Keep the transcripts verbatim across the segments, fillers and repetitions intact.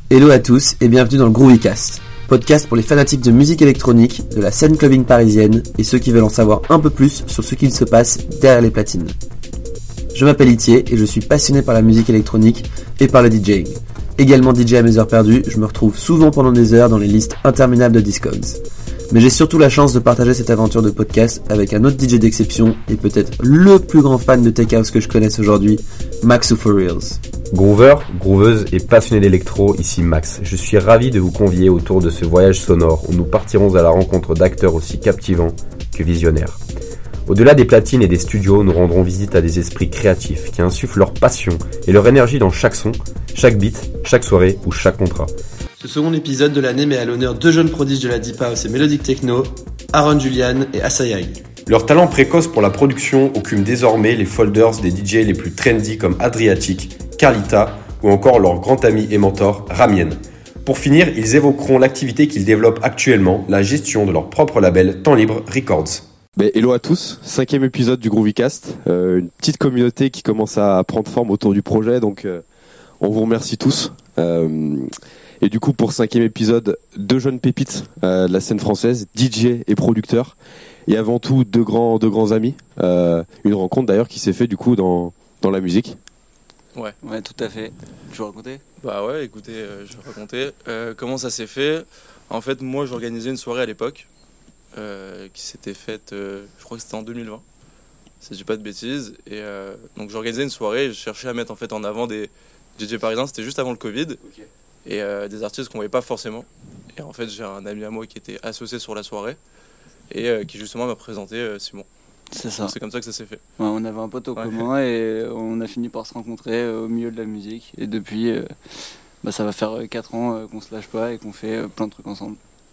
Hello à tous et bienvenue dans le Groovycast, podcast pour les fanatiques de musique électronique, de la scène clubbing parisienne et ceux qui veulent en savoir un peu plus sur ce qu'il se passe derrière les platines. Je m'appelle Itier et je suis passionné par la musique électronique et par le DJing. Également D J à mes heures perdues, je me retrouve souvent pendant des heures dans les listes interminables de Discogs. Mais j'ai surtout la chance de partager cette aventure de podcast avec un autre D J d'exception et peut-être le plus grand fan de Tech House que je connaisse aujourd'hui, Max ou For Reals. Groover, grooveuse et passionné d'électro, ici Max. Je suis ravi de vous convier autour de ce voyage sonore où nous partirons à la rencontre d'acteurs aussi captivants que visionnaires. Au-delà des platines et des studios, nous rendrons visite à des esprits créatifs qui insufflent leur passion et leur énergie dans chaque son, chaque beat, chaque soirée ou chaque contrat. Ce second épisode de l'année met à l'honneur deux jeunes prodiges de la Deep House et Melodic Techno, Aaron Julian et Asayag. Leur talent précoce pour la production occupe désormais les folders des D J les plus trendy comme Adriatic, Carlita ou encore leur grand ami et mentor Ramien. Pour finir, ils évoqueront l'activité qu'ils développent actuellement, la gestion de leur propre label Temps Libre Records. Ben, hello à tous, cinquième épisode du Groovycast, euh, une petite communauté qui commence à prendre forme autour du projet, donc euh, on vous remercie tous. Euh, et du coup pour cinquième épisode, deux jeunes pépites euh, de la scène française, D J et producteurs, et avant tout deux grands, deux grands amis, euh, une rencontre d'ailleurs qui s'est fait du coup dans, dans la musique. Ouais, Ouais, tout à fait. Tu veux raconter ? bah ouais, écoutez, euh, je vais raconter. Euh, comment ça s'est fait ? En fait, moi, j'organisais une soirée à l'époque euh, qui s'était faite, euh, je crois que c'était en deux mille vingt, si je dis pas de bêtises. Et euh, donc, j'organisais une soirée et je cherchais à mettre en fait en avant des D J parisiens. C'était juste avant le Covid. Okay. Et euh, des artistes qu'on voyait pas forcément. Et en fait, j'ai un ami à moi qui était associé sur la soirée et euh, qui justement m'a présenté euh, Simon. C'est ça. Donc, c'est comme ça que ça s'est fait. Ouais, on avait un pote au Ouais. commun et on a fini par se rencontrer euh, au milieu de la musique. Et depuis, euh, bah, ça va faire quatre ans euh, qu'on se lâche pas et qu'on fait euh, plein de trucs ensemble.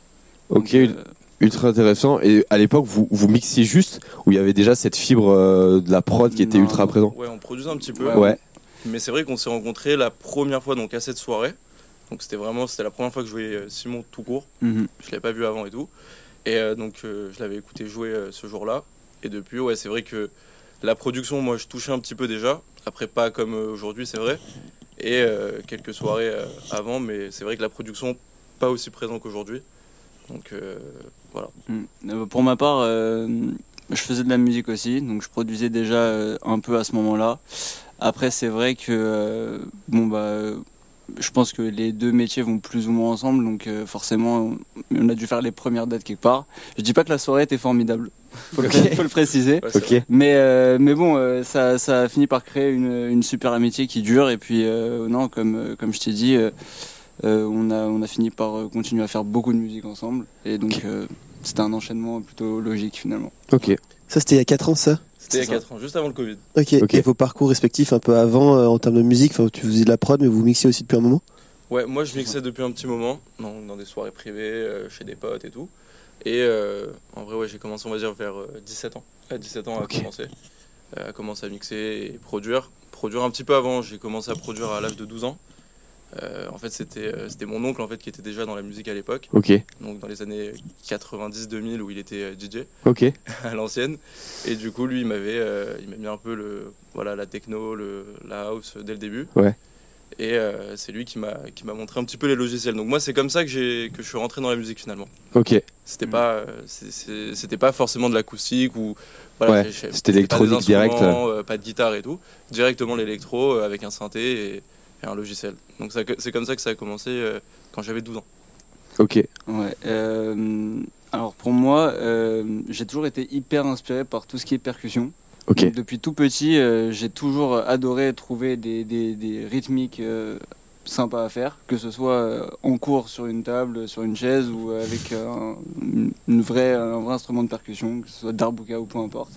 Ok, Donc, euh, ultra intéressant. Et à l'époque, vous, vous mixiez juste ou il y avait déjà cette fibre euh, de la prod qui était Non. ultra présente ? Ouais, on produisait un petit peu. Ouais. Ouais. Mais c'est vrai qu'on s'est rencontrés la première fois donc à cette soirée. Donc c'était vraiment c'était la première fois que je voyais Simon tout court. mhm. Je l'avais pas vu avant et tout. Et euh, donc euh, je l'avais écouté jouer euh, ce jour-là. Et depuis ouais c'est vrai que la production moi je touchais un petit peu déjà. Après pas comme euh, aujourd'hui c'est vrai. Et euh, quelques soirées euh, avant mais c'est vrai que la production pas aussi présente qu'aujourd'hui. Donc euh, voilà. Mhm. Euh, Pour ma part, euh, je faisais de la musique aussi, donc je produisais déjà euh, un peu à ce moment-là. Après, c'est vrai que euh, bon bah, euh, je pense que les deux métiers vont plus ou moins ensemble, donc euh, forcément, on, on a dû faire les premières dates quelque part. Je dis pas que la soirée était formidable, faut le, faut le préciser. Ouais, c'est Ok. vrai. Mais euh, mais bon, euh, ça ça a fini par créer une une super amitié qui dure et puis euh, non comme euh, comme je t'ai dit, euh, euh, on a on a fini par euh, continuer à faire beaucoup de musique ensemble et donc euh, c'était un enchaînement plutôt logique finalement. Ok. Ça, c'était il y a quatre ans, ça ? C'était il y a C'est ça. quatre ans, juste avant le Covid. Ok. Ok. Et vos parcours respectifs un peu avant, euh, en termes de musique, enfin, tu faisais de la prod, mais vous mixiez aussi depuis un moment ? Ouais, moi je mixais depuis un petit moment, dans, dans des soirées privées, euh, chez des potes et tout. Et euh, en vrai, ouais, j'ai commencé, on va dire, vers euh, dix-sept ans. À dix-sept ans, Ok. à commencer. Euh, à commencer à mixer et produire. Produire un petit peu avant, j'ai commencé à produire à l'âge de douze ans. Euh, en fait, c'était, euh, c'était mon oncle en fait, qui était déjà dans la musique à l'époque, Ok. donc dans les années quatre-vingt-dix deux mille où il était euh, D J Ok. à l'ancienne. Et du coup, lui, il m'avait, euh, il m'a mis un peu le, voilà, la techno, le, la house euh, dès le début. Ouais. Et euh, c'est lui qui m'a, qui m'a montré un petit peu les logiciels. Donc moi, c'est comme ça que, j'ai, que je suis rentré dans la musique finalement. Ok. C'était Mm. pas, euh, c'est- c'est- c'était pas forcément de l'acoustique ou voilà, Ouais, j'ai- j'ai- c'était pas électronique des direct. instruments, euh, pas de guitare et tout, directement l'électro euh, avec un synthé et, et un logiciel. Donc ça, c'est comme ça que ça a commencé euh, quand j'avais douze ans. Ok. Ouais. euh, alors pour moi, euh, j'ai toujours été hyper inspiré par tout ce qui est percussion. Ok. Donc, depuis tout petit, euh, j'ai toujours adoré trouver des, des, des rythmiques euh, sympas à faire, que ce soit euh, en cours sur une table, sur une chaise ou avec euh, un, une- une vraie, un vrai instrument de percussion, que ce soit darbuka ou peu importe.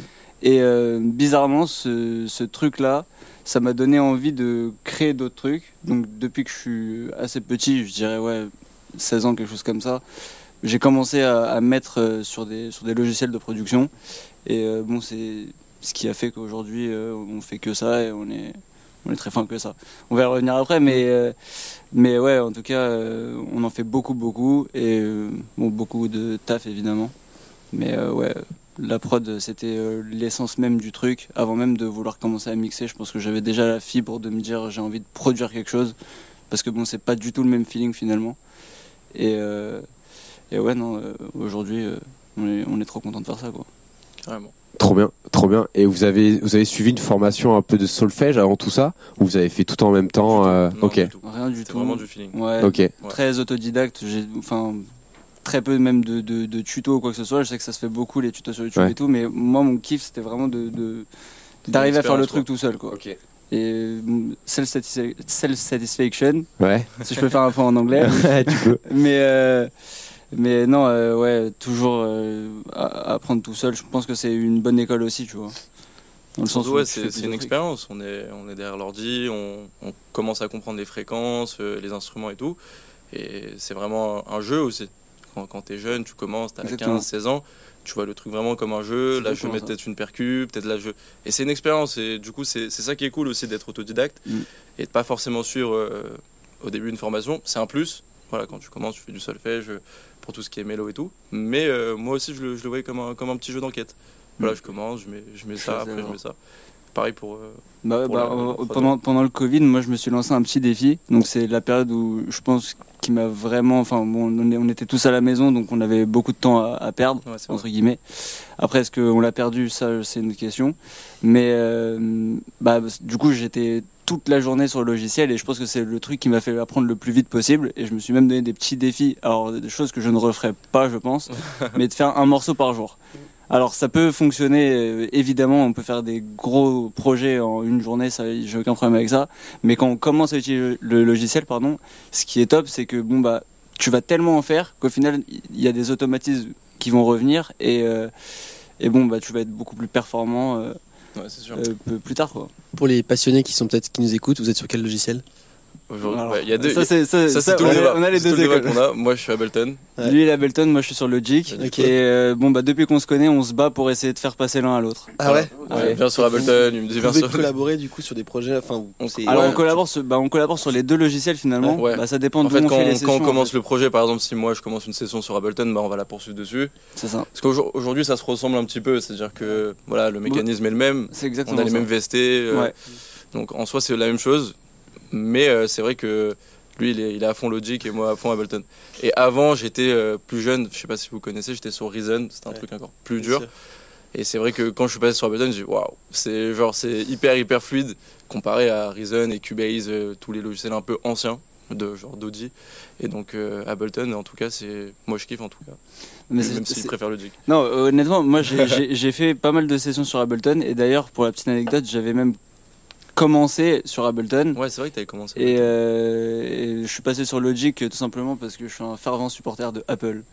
Et euh, bizarrement, ce, ce truc-là, ça m'a donné envie de créer d'autres trucs. Donc depuis que je suis assez petit, je dirais ouais, seize ans, quelque chose comme ça, j'ai commencé à, à mettre euh, sur des, sur des logiciels de production. Et euh, bon, c'est ce qui a fait qu'aujourd'hui, euh, on fait que ça et on est, on est très fin que ça. On va y revenir après, mais, euh, mais ouais, en tout cas, euh, on en fait beaucoup, beaucoup. Et euh, bon, beaucoup de taf, évidemment. Mais euh, ouais, la prod, c'était euh, l'essence même du truc. Avant même de vouloir commencer à mixer, je pense que j'avais déjà la fibre de me dire j'ai envie de produire quelque chose. parce que bon, c'est pas du tout le même feeling finalement. Et, euh, et ouais, non, euh, aujourd'hui, euh, on, est, on est trop content de faire ça, quoi. Carrément. Trop bien, trop bien. Et vous avez, vous avez suivi une formation un peu de solfège avant tout ça, ou vous avez fait tout en même temps euh... Non, Ok. du tout. Rien du C'était tout. vraiment du feeling. Ouais, Ok. très autodidacte. J'ai, enfin, très peu même de, de, de tutos ou quoi que ce soit. Je sais que ça se fait beaucoup les tutos sur YouTube Ouais. et tout, mais moi mon kiff c'était vraiment de, de d'arriver à faire le truc quoi. tout seul, quoi. Ok. Et self satisfaction, Ouais. si je peux faire un peu en anglais. Tu peux. mais euh, mais non, euh, ouais, toujours euh, à- apprendre tout seul. Je pense que c'est une bonne école aussi, tu vois. Dans le sens Surtout, où ouais, tu fais c'est c'est plusieurs une trucs. expérience. On est, on est derrière l'ordi, on, on commence à comprendre les fréquences, euh, les instruments et tout. Et c'est vraiment un jeu aussi. Quand, quand t'es jeune, tu commences, t'as Exactement. quinze seize ans, tu vois le truc vraiment comme un jeu. C'est Là, je vais exactement mettre ça. peut-être une percu, peut-être là, je. Et c'est une expérience. Et du coup, c'est c'est ça qui est cool aussi d'être autodidacte Mm. et de pas forcément suivre euh, au début une formation. C'est un plus. Voilà, quand tu commences, tu fais du solfège euh, pour tout ce qui est mélo et tout. Mais euh, moi aussi, je le, je le voyais comme un, comme un petit jeu d'enquête. Voilà, Mm. je commence, je mets, je mets Je ça, faisais après je alors. mets ça. Pareil pour. euh, Bah ouais, pour bah, la- euh, la prod. pendant, pendant le Covid, moi je me suis lancé un petit défi. Donc c'est la période où je pense qui m'a vraiment. Enfin bon, on, est- on était tous à la maison, donc on avait beaucoup de temps à, à perdre, Ouais, c'est entre vrai. guillemets. Après, est-ce qu'on l'a perdu, ça c'est une autre question. Mais euh, bah, du coup, j'étais toute la journée sur le logiciel et je pense que c'est le truc qui m'a fait apprendre le plus vite possible. Et je me suis même donné des petits défis. Alors, des choses que je ne referai pas, je pense, mais de faire un morceau par jour. Alors ça peut fonctionner, euh, évidemment, on peut faire des gros projets en une journée, ça, j'ai aucun problème avec ça. Mais quand on commence à utiliser le logiciel, pardon, ce qui est top, c'est que bon bah, tu vas tellement en faire qu'au final, il y a des automatismes qui vont revenir et euh, et bon bah, tu vas être beaucoup plus performant euh, Ouais, c'est sûr. euh, peu- plus tard, quoi. Pour les passionnés qui sont peut-être qui nous écoutent, vous êtes sur quel logiciel? Aujourd'hui, Alors, ouais, il y a deux. ça c'est ça, Ça, ça, c'est tout on, le a, débat. on a les C'est tout deux le débat écoles. qu'on a. Moi, je suis Ableton. Ouais. Lui il est Ableton, moi je suis sur Logic. Ok. Et euh, bon bah depuis qu'on se connaît, on se bat pour essayer de faire passer l'un à l'autre. Ah ouais. Ouais, viens sur Ableton, il me dit Vous viens pouvez sur. collaborer du coup sur des projets. Enfin, On- c'est- Alors Ouais. on collabore, sur, bah, on collabore sur les deux logiciels finalement. Ouais. Bah, ça dépend En d'où fait, on quand, fait les quand sessions. on en commence fait. le projet, par exemple, si moi je commence une session sur Ableton, bah, on va la poursuivre dessus. C'est ça. Parce qu'aujourd'hui, ça se ressemble un petit peu. C'est-à-dire que voilà, le mécanisme est le même. C'est On exactement a les ça. mêmes V S T. euh, Ouais. Donc en soi, c'est la même chose. Mais euh, c'est vrai que lui, il est, il est à fond Logic et moi à fond Ableton. Et avant, j'étais euh, plus jeune. Je sais pas si vous connaissez, j'étais sur Reason. C'était un Ouais. truc encore plus Bien dur. sûr. Et c'est vrai que quand je suis passé sur Ableton, j'ai dit waouh, c'est genre c'est hyper hyper fluide comparé à Reason et Cubase, euh, tous les logiciels un peu anciens de genre d'Audi. Et donc euh, Ableton, en tout cas, c'est moi je kiffe en tout cas. Mais c'est- Même si je c'est- préfère Logic. Non, euh, honnêtement, moi j'ai- j'ai j'ai fait pas mal de sessions sur Ableton et d'ailleurs pour la petite anecdote, j'avais même commencé sur Ableton. Ouais, c'est vrai que t'avais commencé. Et, euh, et je suis passé sur Logic euh, tout simplement parce que je suis un fervent supporter de Apple.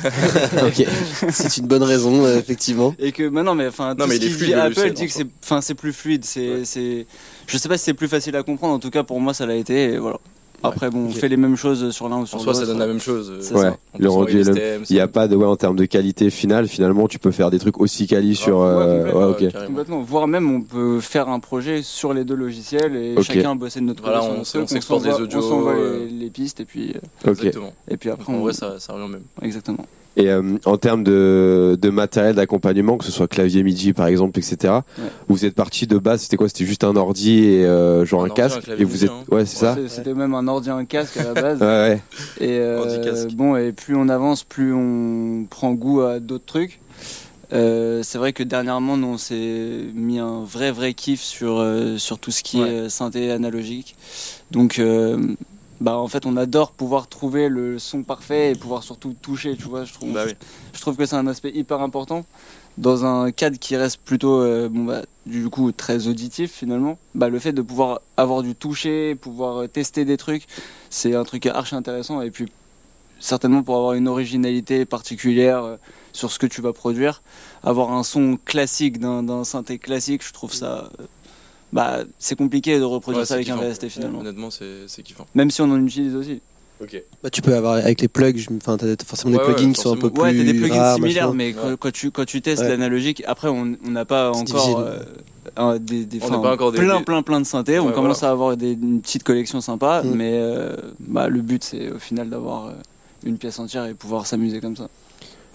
ok, c'est une bonne raison euh, effectivement. Et que maintenant, mais enfin, Non, tout mais ce il est qui fluide, dit le Apple logiciel, dit en que soi. c'est, enfin, c'est plus fluide. C'est, Ouais. c'est, je sais pas si c'est plus facile à comprendre. En tout cas, pour moi, ça l'a été. Et voilà. Après, bon, on Ok. fait les mêmes choses sur l'un ou sur En soi, l'autre. ça donne la même chose. euh, C'est Ouais. ça. on Le peut rendu s'envoyer est des le- stems, Il n'y a c'est- pas de ouais en termes de qualité finale. Finalement, tu peux faire des trucs aussi quali sur. Ouais, euh, complètement, ouais, ouais, ok. carrément. Complètement. Voire même, on peut faire un projet sur les deux logiciels et Ok. chacun bosser de notre côté. Voilà, sur on notre s- on truc, s'exporte des s'envoie- audios, On s'envoie euh. les, les pistes et puis, euh, Ok. Exactement. et puis Donc, après, en on... vrai, ça, ça revient au même. exactement. Et euh, en termes de, de matériel d'accompagnement, que ce soit clavier M I D I par exemple, et cetera. Ouais. Vous êtes parti de base, c'était quoi? C'était juste un ordi et euh, genre Un un, ordi, un casque. clavier Et vous êtes, M I D I, hein. ouais, c'est ça. C'est- C'était même un ordi, un casque à la base. Ouais, ouais. Et euh, Ordi casque. bon, et plus on avance, plus on prend goût à d'autres trucs. Euh, c'est vrai que dernièrement, nous, on s'est mis un vrai, vrai kiff sur, euh, sur tout ce qui Ouais. est euh, synthé analogique. Donc, euh, bah, en fait, on adore pouvoir trouver le son parfait et pouvoir surtout toucher, tu vois. Je trouve, Bah oui. je trouve que c'est un aspect hyper important dans un cadre qui reste plutôt, euh, bon, bah, du coup, très auditif finalement. Bah, le fait de pouvoir avoir du toucher, pouvoir euh, tester des trucs, c'est un truc archi intéressant. Et puis, certainement pour avoir une originalité particulière euh, sur ce que tu vas produire, avoir un son classique d'un d'un synthé classique, je trouve ça, euh, bah, c'est compliqué de reproduire Ouais, ça c'est avec un kiffant. V S T finalement. Honnêtement, c'est c'est kiffant. Même si on en utilise aussi. Ok. Bah, tu peux avoir avec les plugs, je- enfin t'as forcément Ouais, des plugins ouais, qui sont un peu plus Ouais, t'as des plugins rares, similaires, machin. mais quand, Ouais. quand tu quand tu testes Ouais. l'analogique, après on on n'a pas C'est encore difficile. euh, un- des, des On n'a enfin, pas encore des- plein des- plein plein de synthés. On Ouais, commence voilà. à avoir des, une petite collection sympa, Mm. mais euh, bah, le but c'est au final d'avoir euh, une pièce entière et pouvoir s'amuser comme ça.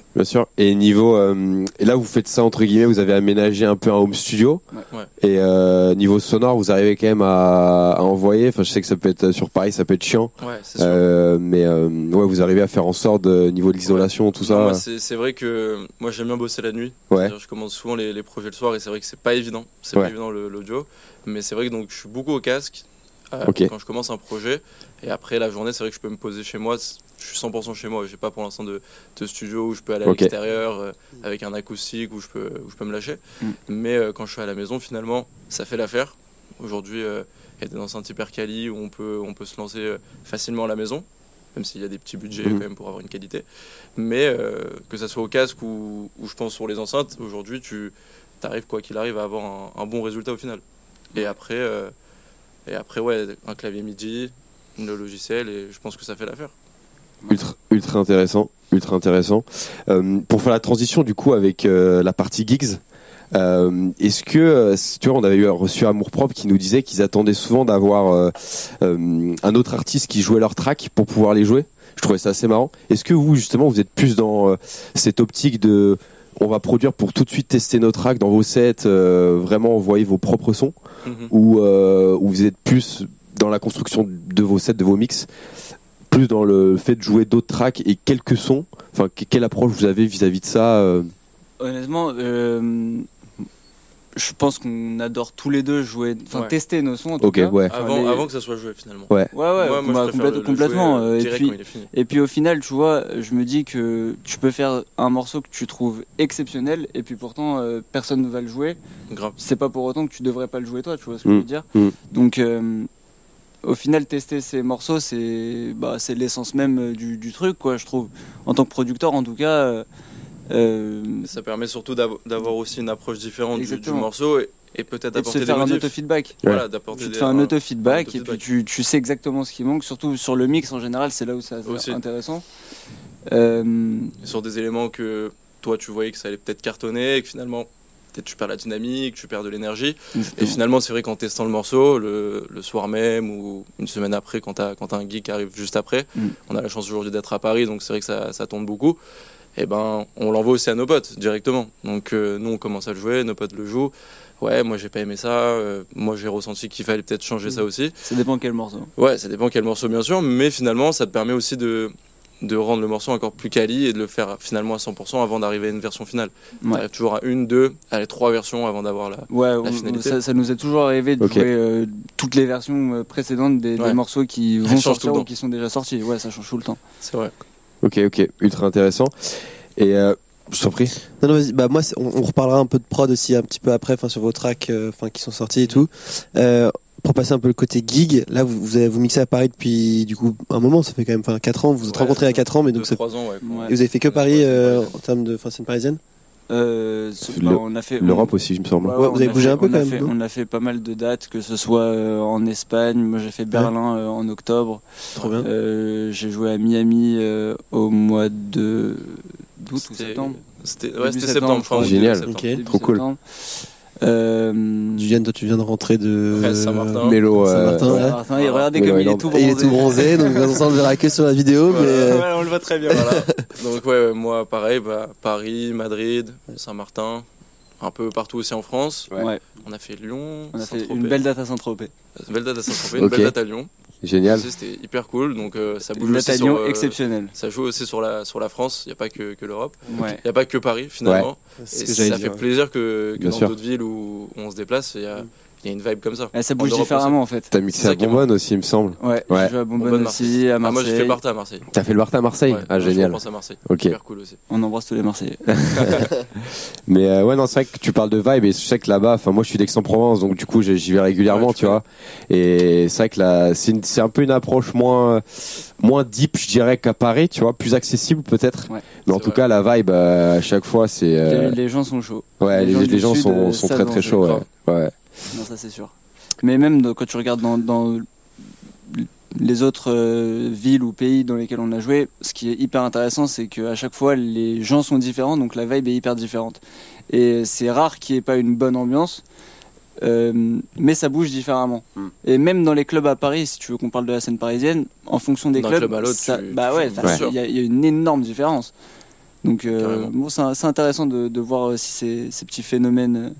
Bien sûr. Et niveau, euh, et là vous faites ça entre guillemets, vous avez aménagé un peu un home studio. Ouais. Ouais. Et euh, niveau sonore, vous arrivez quand même à, à envoyer. Enfin, je sais que ça peut être sur Paris, ça peut être chiant. Ouais, c'est sûr. Euh, mais euh, ouais, vous arrivez à faire en sorte de niveau de l'isolation, tout ça. Non, moi, c'est, c'est vrai que moi j'aime bien bosser la nuit. Ouais. C'est-à-dire, je commence souvent les, les projets le soir et c'est vrai que c'est pas évident. C'est Ouais. pas évident le, l'audio. Mais c'est vrai que donc je suis beaucoup au casque euh, Ok. quand je commence un projet. Et après la journée, c'est vrai que je peux me poser chez moi. Je suis cent pour cent chez moi. J'ai pas pour l'instant de, de studio où je peux aller à Ok. l'extérieur euh, avec un acoustique où je peux, où je peux me lâcher. Mm. Mais euh, quand je suis à la maison, finalement, ça fait l'affaire. Aujourd'hui, euh, il y a des enceintes hyper quali où on peut, on peut se lancer euh, facilement à la maison, même s'il y a des petits budgets Mhm. quand même pour avoir une qualité. Mais euh, que ça soit au casque ou, ou je pense sur les enceintes, aujourd'hui, tu arrives quoi qu'il arrive à avoir un, un bon résultat au final. Et après, euh, et après ouais, un clavier MIDI, le logiciel, et je pense que ça fait l'affaire. Ultra, ultra intéressant, ultra intéressant. Euh, pour faire la transition du coup avec euh, la partie gigs, euh, est-ce que euh, tu vois, on avait eu reçu Amourpropre qui nous disait qu'ils attendaient souvent d'avoir euh, euh, un autre artiste qui jouait leur track pour pouvoir les jouer. Je trouvais ça assez marrant. Est-ce que vous justement vous êtes plus dans euh, cette optique de on va produire pour tout de suite tester nos tracks dans vos sets, euh, vraiment envoyer vos propres sons, Mhm. ou euh, ou vous êtes plus dans la construction de vos sets, de vos mix, plus dans le fait de jouer d'autres tracks et quelques sons. Enfin, que- quelle approche vous avez vis-à-vis de ça euh Honnêtement, euh, je pense qu'on adore tous les deux jouer, enfin Ouais. tester nos sons en tout Ok, cas. ouais. Avant, les- avant que ça soit joué finalement. Ouais. Ouais, ouais, Moi, moi, bah, je préfère complète- le- le complètement. jouer, euh, euh, et direct puis, quand il est fini. Et puis au final, tu vois, je me dis que tu peux faire un morceau que tu trouves exceptionnel et puis pourtant euh, personne ne va le jouer. Grave. C'est pas pour autant que tu devrais pas le jouer toi, tu vois ce que Mm. je veux dire. Mm. Donc euh, au final, tester ces morceaux, c'est bah, c'est l'essence même euh, du, du truc, quoi, je trouve. En tant que producteur, en tout cas. euh, euh, Ça permet surtout d'av- d'avoir aussi une approche différente du, du Exactement. morceau et, et peut-être et de apporter se des faire un modifs. auto-feedback. Voilà, d'apporter Tu te des- fais un un- auto-feedback un et puis auto-feedback. tu, tu sais exactement ce qui manque, surtout sur le mix en général, c'est là où c'est Aussi. intéressant. Euh, sur des éléments que toi tu voyais que ça allait peut-être cartonner et que finalement peut-être tu perds la dynamique, tu perds de l'énergie. Et finalement c'est vrai qu'en testant le morceau, le, le soir même ou une semaine après quand t'as, quand t'as un gig qui arrive juste après, Mm. on a la chance aujourd'hui d'être à Paris donc c'est vrai que ça, ça tombe beaucoup. Et ben on l'envoie aussi à nos potes directement. Donc euh, nous on commence à le jouer, nos potes le jouent. Ouais, moi j'ai pas aimé ça, euh, moi j'ai ressenti qu'il fallait peut-être changer Mm. ça aussi. Ça dépend quel morceau. Ouais, ça dépend quel morceau bien sûr, mais finalement ça te permet aussi de, de rendre le morceau encore plus quali et de le faire finalement à cent pour cent avant d'arriver à une version finale. Ouais. T'arrives toujours à une, deux, allez, trois versions avant d'avoir la... Ouais, on- finalité. ça, ça nous est toujours arrivé de Ok. jouer euh, toutes les versions euh, précédentes des, des Ouais. morceaux qui Elles vont changent tout sortir le ou temps. qui sont déjà sortis. Ouais, ça change tout le temps. C'est vrai. Ok, ok, ultra intéressant. Et euh, je t'en prie. Non, non, vas-y. Bah, moi, c'est- on, on reparlera un peu de prod aussi un petit peu après, enfin, sur vos tracks, euh, enfin, qui sont sortis et tout. Euh, pour passer un peu le côté gig, là, vous, vous avez, vous mixez à Paris depuis, du coup, un moment, ça fait quand même, enfin, quatre ans, vous vous êtes Ouais, rencontrés il y a quatre ans, mais donc Deux, ça, trois ans, ouais. Ouais. et vous avez fait que Ouais, Paris, ouais, euh, c'est en termes de, enfin, scène parisienne? Euh, ce- Le- bah, on a fait L'Europe on- aussi, il me semble. Ouais, Ouais, ouais, vous on avez a bougé fait- un peu on quand a même, fait- non On a fait pas mal de dates, que ce soit euh, en Espagne. Moi, j'ai fait Berlin euh, en octobre. Trop bien. Euh, j'ai joué à Miami euh, au mois de d'août ou C'était- septembre. C'était, Début ouais, c'était septembre, septembre, je crois. fin août, Génial. septembre. Ok. Début trop cool. septembre. Euh, Tu viens, toi, tu viens de rentrer de Ouais, Saint-Martin. Mélo, euh, Saint-Martin, ouais. ouais. Martin, et regardez Mais comme ouais, il est non, tout Et bronzé. il est tout bronzé, donc on ne verra que sur la vidéo, Voilà. mais euh, Ouais, on le voit très bien. Voilà. Donc ouais, ouais, moi pareil, bah, Paris, Madrid, Saint-Martin, un peu partout aussi en France. Ouais. Ouais, On a fait Lyon, on a fait Saint-Tropez. une belle date à Saint-Tropez. Une belle date à Saint-Tropez, une Ok. belle date à Lyon. Génial. Aussi, c'était hyper cool, donc euh, ça bouge Une date aussi à sur, Lyon euh, exceptionnelle. ça joue aussi sur la, sur la France, il n'y a pas que, que l'Europe. Ouais. Il n'y a pas que Paris finalement. c'est Et ce que j'allais ça dire. fait plaisir que, que Bien dans sûr. d'autres villes où, où on se déplace, il y a, il y a une vibe comme ça. Ouais, ça En bouge Europe différemment en fait. T'as mixé C'est à ça qui est Bonbonne aussi, il me semble. Ouais, Ouais. j'ai joué à Bonbonne Bonbonne, aussi, à Ah, Marseille. moi j'ai fait Bartha à Marseille. T'as fait le Bartha à Marseille. Ouais, Ah, moi, Je génial. pense à Marseille. Ok. Super cool aussi. On embrasse tous les Marseillais. Mais euh, ouais, non, c'est vrai que tu parles de vibe et je sais que là-bas, enfin moi je suis d'Aix-en-Provence, donc du coup j'y j'y vais régulièrement, Ouais, tu tu vois. Et c'est vrai que là, c'est une- c'est un peu une approche moins moins deep, je dirais, qu'à Paris, tu vois, plus accessible peut-être. Ouais. Mais en C'est tout vrai. cas, la vibe euh, à chaque fois, c'est euh, Les, les gens sont chauds. ouais, les, gens les du gens Sud, sont, euh, sont ça très dans- très chauds, ouais. grave. ouais. Non, ça c'est sûr. Mais même dans- quand tu regardes dans, dans les autres euh, villes ou pays dans lesquels on a joué, ce qui est hyper intéressant, c'est qu'à chaque fois les gens sont différents, donc la vibe est hyper différente. Et c'est rare qu'il n'y ait pas une bonne ambiance, euh, mais ça bouge différemment. Mm. Et même dans les clubs à Paris, si tu veux qu'on parle de la scène parisienne, en fonction des D'un clubs, club à l'autre, ça- tu- bah tu ouais, changes, enfin, bien sûr. il y, a- il y a une énorme différence. Donc euh, Carrément. bon, c'est, c'est intéressant de, de voir aussi ces, ces petits phénomènes.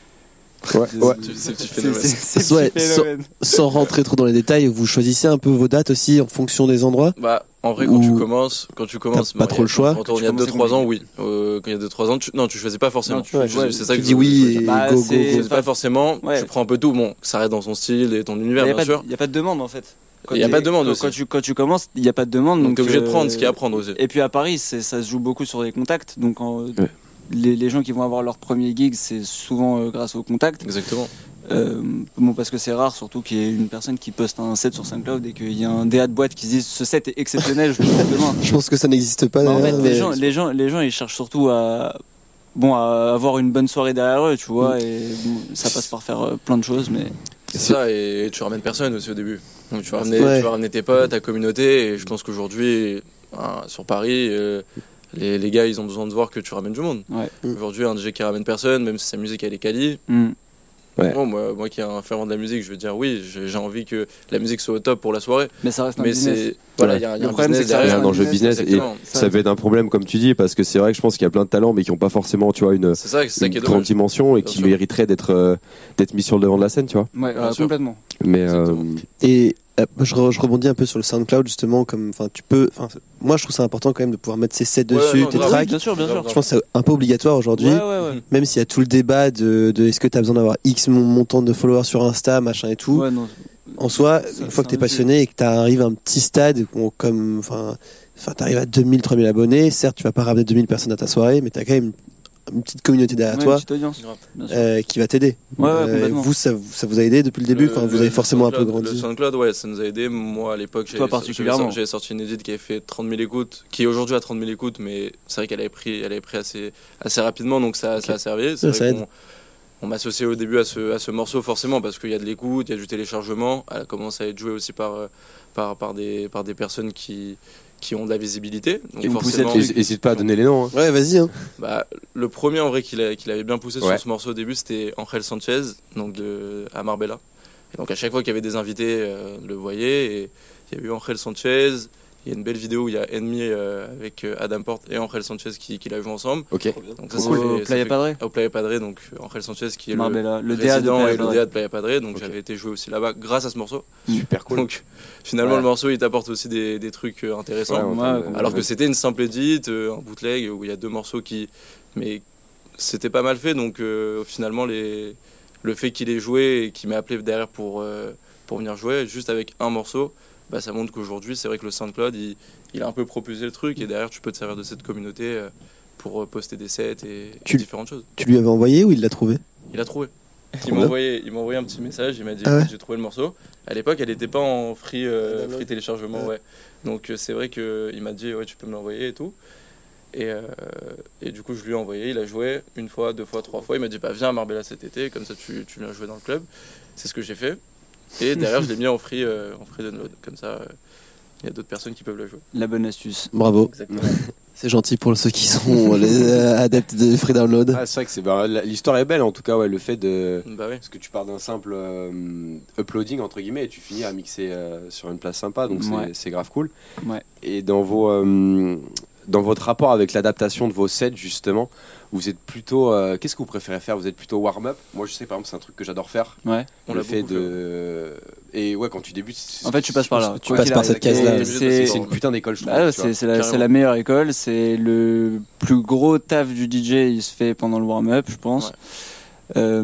Ouais, de- ouais. de- Ces petits ces- phénomènes. ces- ces petits Ouais, phénomènes. Sans rentrer trop dans les détails, vous choisissez un peu vos dates aussi en fonction des endroits. Bah, en vrai, quand Ou- tu commences, quand tu commences, T'as pas bon, trop il y a- le choix. Quand Quand il y tu a commences, deux trois c'est ans, oui. Euh, quand il y a deux trois ans, tu... non, tu choisis pas forcément. Non, tu- Ouais, ouais, c'est ça tu que dis je- oui je veux et dire. Bah, go, go, c'est- go. Tu choisis pas forcément. Ouais. Tu prends un peu tout. Bon, ça reste dans son style et ton Il univers, n'y a, bien pas sûr. de- y a pas de demande en fait. Quand Il y a t'es- pas de demande quand, aussi. Quand tu, quand tu commences, il n'y a pas de demande. Donc Donc t'es obligé de euh, prendre ce qu'il y a à prendre aussi. Et puis à Paris, c'est, ça se joue beaucoup sur les contacts. Donc en- Ouais. les, les gens qui vont avoir leur premier gig, c'est souvent euh, grâce aux contacts. Exactement. Euh, bon, parce que c'est rare, surtout qu'il y ait une personne qui poste un set sur SoundCloud et qu'il y a un D A de boîte qui se dise ce set est exceptionnel, je le montre demain. Je pense que ça n'existe pas. Bah, en fait, d'ailleurs, les mais- gens, les gens, les gens, ils cherchent surtout à, bon, à avoir une bonne soirée derrière eux, tu vois, Mm. et bon, ça passe par faire euh, plein de choses, mais C'est ça, et tu ramènes personne aussi au début. Donc tu vas ramener, Ouais. tu vas ramener tes potes, ta communauté, et je pense qu'aujourd'hui, hein, sur Paris, euh, les, les gars, ils ont besoin de voir que tu ramènes du monde. Ouais. Mm. Aujourd'hui, un D J qui ramène personne, même si sa musique elle est quali, mm. Ouais. bon, moi, moi qui est un fervent de la musique, je veux dire oui, j'ai j'ai envie que la musique soit au top pour la soirée. mais ça reste un Mais business. c'est voilà, il y a, il y a Le un problème, business c'est que ça Il y a derrière. un enjeu business et Exactement. ça peut être un problème comme tu dis parce que c'est vrai que je pense qu'il y a plein de talents mais qui n'ont pas forcément tu vois une, C'est ça, c'est ça une qui est grande dommage. dimension et Bien qui sûr. mériteraient d'être euh, d'être mis sur le devant de la scène tu vois. Ouais, Bien euh, sûr. complètement. Mais euh, Exactement. Et euh, je, re- je rebondis un peu sur le SoundCloud justement, comme, enfin, tu peux, enfin, moi je trouve ça important quand même de pouvoir mettre ses sets Ouais, dessus, non, tes grave. tracks. Bien sûr, bien sûr. Je pense que c'est un peu obligatoire aujourd'hui, Ouais, ouais, ouais. même s'il y a tout le débat de, de est-ce que tu as besoin d'avoir X mon- montant de followers sur Insta, machin et tout. Ouais, non. En soi, Ça, une fois que c'est t'es un passionné et que t'arrives à un petit stade, où, comme, enfin, enfin, t'arrives à deux mille, trois mille abonnés, certes, tu vas pas ramener deux mille personnes à ta soirée, mais t'as quand même une petite communauté derrière Ouais, toi une petite audience. Grave. Bien sûr. euh, qui va t'aider. Ouais, ouais, complètement. vous, ça, vous- ça vous a aidé depuis le début. Le- Enfin, vous le- avez le forcément un peu SoundCloud- grandi. Le SoundCloud, ouais, ça nous a aidé. Moi, à l'époque, j'avais, Toi particulièrement. j'avais, j'avais sorti une edit qui avait fait trente mille écoutes, qui est aujourd'hui à trente mille écoutes, mais c'est vrai qu'elle avait pris, elle avait pris assez, assez rapidement, donc ça, ça a servi. C'est Ouais, vrai ça aide. qu'on on m'associait au début à ce, à ce morceau, forcément, parce qu'il y a de l'écoute, il y a du téléchargement. Elle a commencé à être jouée aussi par, euh, par, par, des, par des personnes qui, qui ont de la visibilité. Donc Qui ont poussé le forcément, truc. N'hésite pas à donner les noms. Hein. Ouais, vas-y. Hein. bah, le premier en vrai qu'il, a- qu'il avait bien poussé Ouais. sur ce morceau au début, c'était Angel Sanchez, donc de, à Marbella. Et donc à chaque fois qu'il y avait des invités, euh, le voyait. Et il y a eu Angel Sanchez. Il y a une belle vidéo où il y a Enemy euh, avec euh, Adam Porte et Angel Sanchez qui, qui la jouent ensemble. Ok. Donc ça, ça Au fait- ça Playa fait- Padre. Au Playa Padre, donc Angel Sanchez qui est Marbella, le, le D A de résident Playa et le Padre. D A de Playa Padre. Donc Ok. j'avais été joué aussi là-bas grâce à ce morceau. Super cool. Donc finalement Ouais. le morceau il t'apporte aussi des, des trucs euh, intéressants. Ouais, Ouais, ouais, ouais, Alors que c'était une simple edit, euh, un bootleg où il y a deux morceaux qui. Mais c'était pas mal fait, donc euh, finalement les... le fait qu'il ait joué et qu'il m'ait appelé derrière pour, euh, pour venir jouer, juste avec un morceau, bah, ça montre qu'aujourd'hui c'est vrai que le SoundCloud il, il a un peu propulsé le truc et derrière tu peux te servir de cette communauté euh, pour euh, poster des sets et, et Tu- différentes choses. Tu lui avais envoyé ou il l'a trouvé? Il a trouvé. Il Trop m'a bien. envoyé, il m'a envoyé un petit message, il m'a dit Ah ouais écoute, j'ai trouvé le morceau. À l'époque, elle n'était pas en free, euh, Download. free téléchargement, Ouais. ouais. Donc euh, c'est vrai qu'il m'a dit ouais, tu peux me l'envoyer et tout. Et, euh, et du coup, je lui ai envoyé, il a joué une fois, deux fois, trois fois. Il m'a dit bah, viens à Marbella cet été, comme ça tu, tu viens jouer dans le club. C'est ce que j'ai fait. Et derrière, je l'ai mis en free, euh, en free download. Comme ça, euh, il y a d'autres personnes qui peuvent le jouer. La bonne astuce. Bravo. Exactement. C'est gentil pour ceux qui sont les euh, adeptes de free download. Ah, c'est vrai que c'est bah, la- l'histoire est belle en tout cas ouais le fait de Bah oui. parce que tu pars d'un simple euh, uploading entre guillemets et tu finis à mixer euh, sur une place sympa donc c'est- Ouais. c'est grave cool. Ouais. Et dans vos euh, dans votre rapport avec l'adaptation de vos sets justement, vous êtes plutôt euh, qu'est-ce que vous préférez faire? Vous êtes plutôt warm-up? Moi je sais par exemple c'est un truc que j'adore faire. Ouais. On le l'a fait beaucoup de et ouais quand tu débutes c'est- En fait, tu passes par là. Tu Quoi passes qu'il par arrive. cette case-là. Et ouais. c'est- c'est une putain d'école je trouve. Bah ouais, tu vois. c'est c'est la, Carrément. c'est la meilleure école, c'est le plus gros taf du D J, il se fait pendant le warm-up, je pense. Ouais. Euh,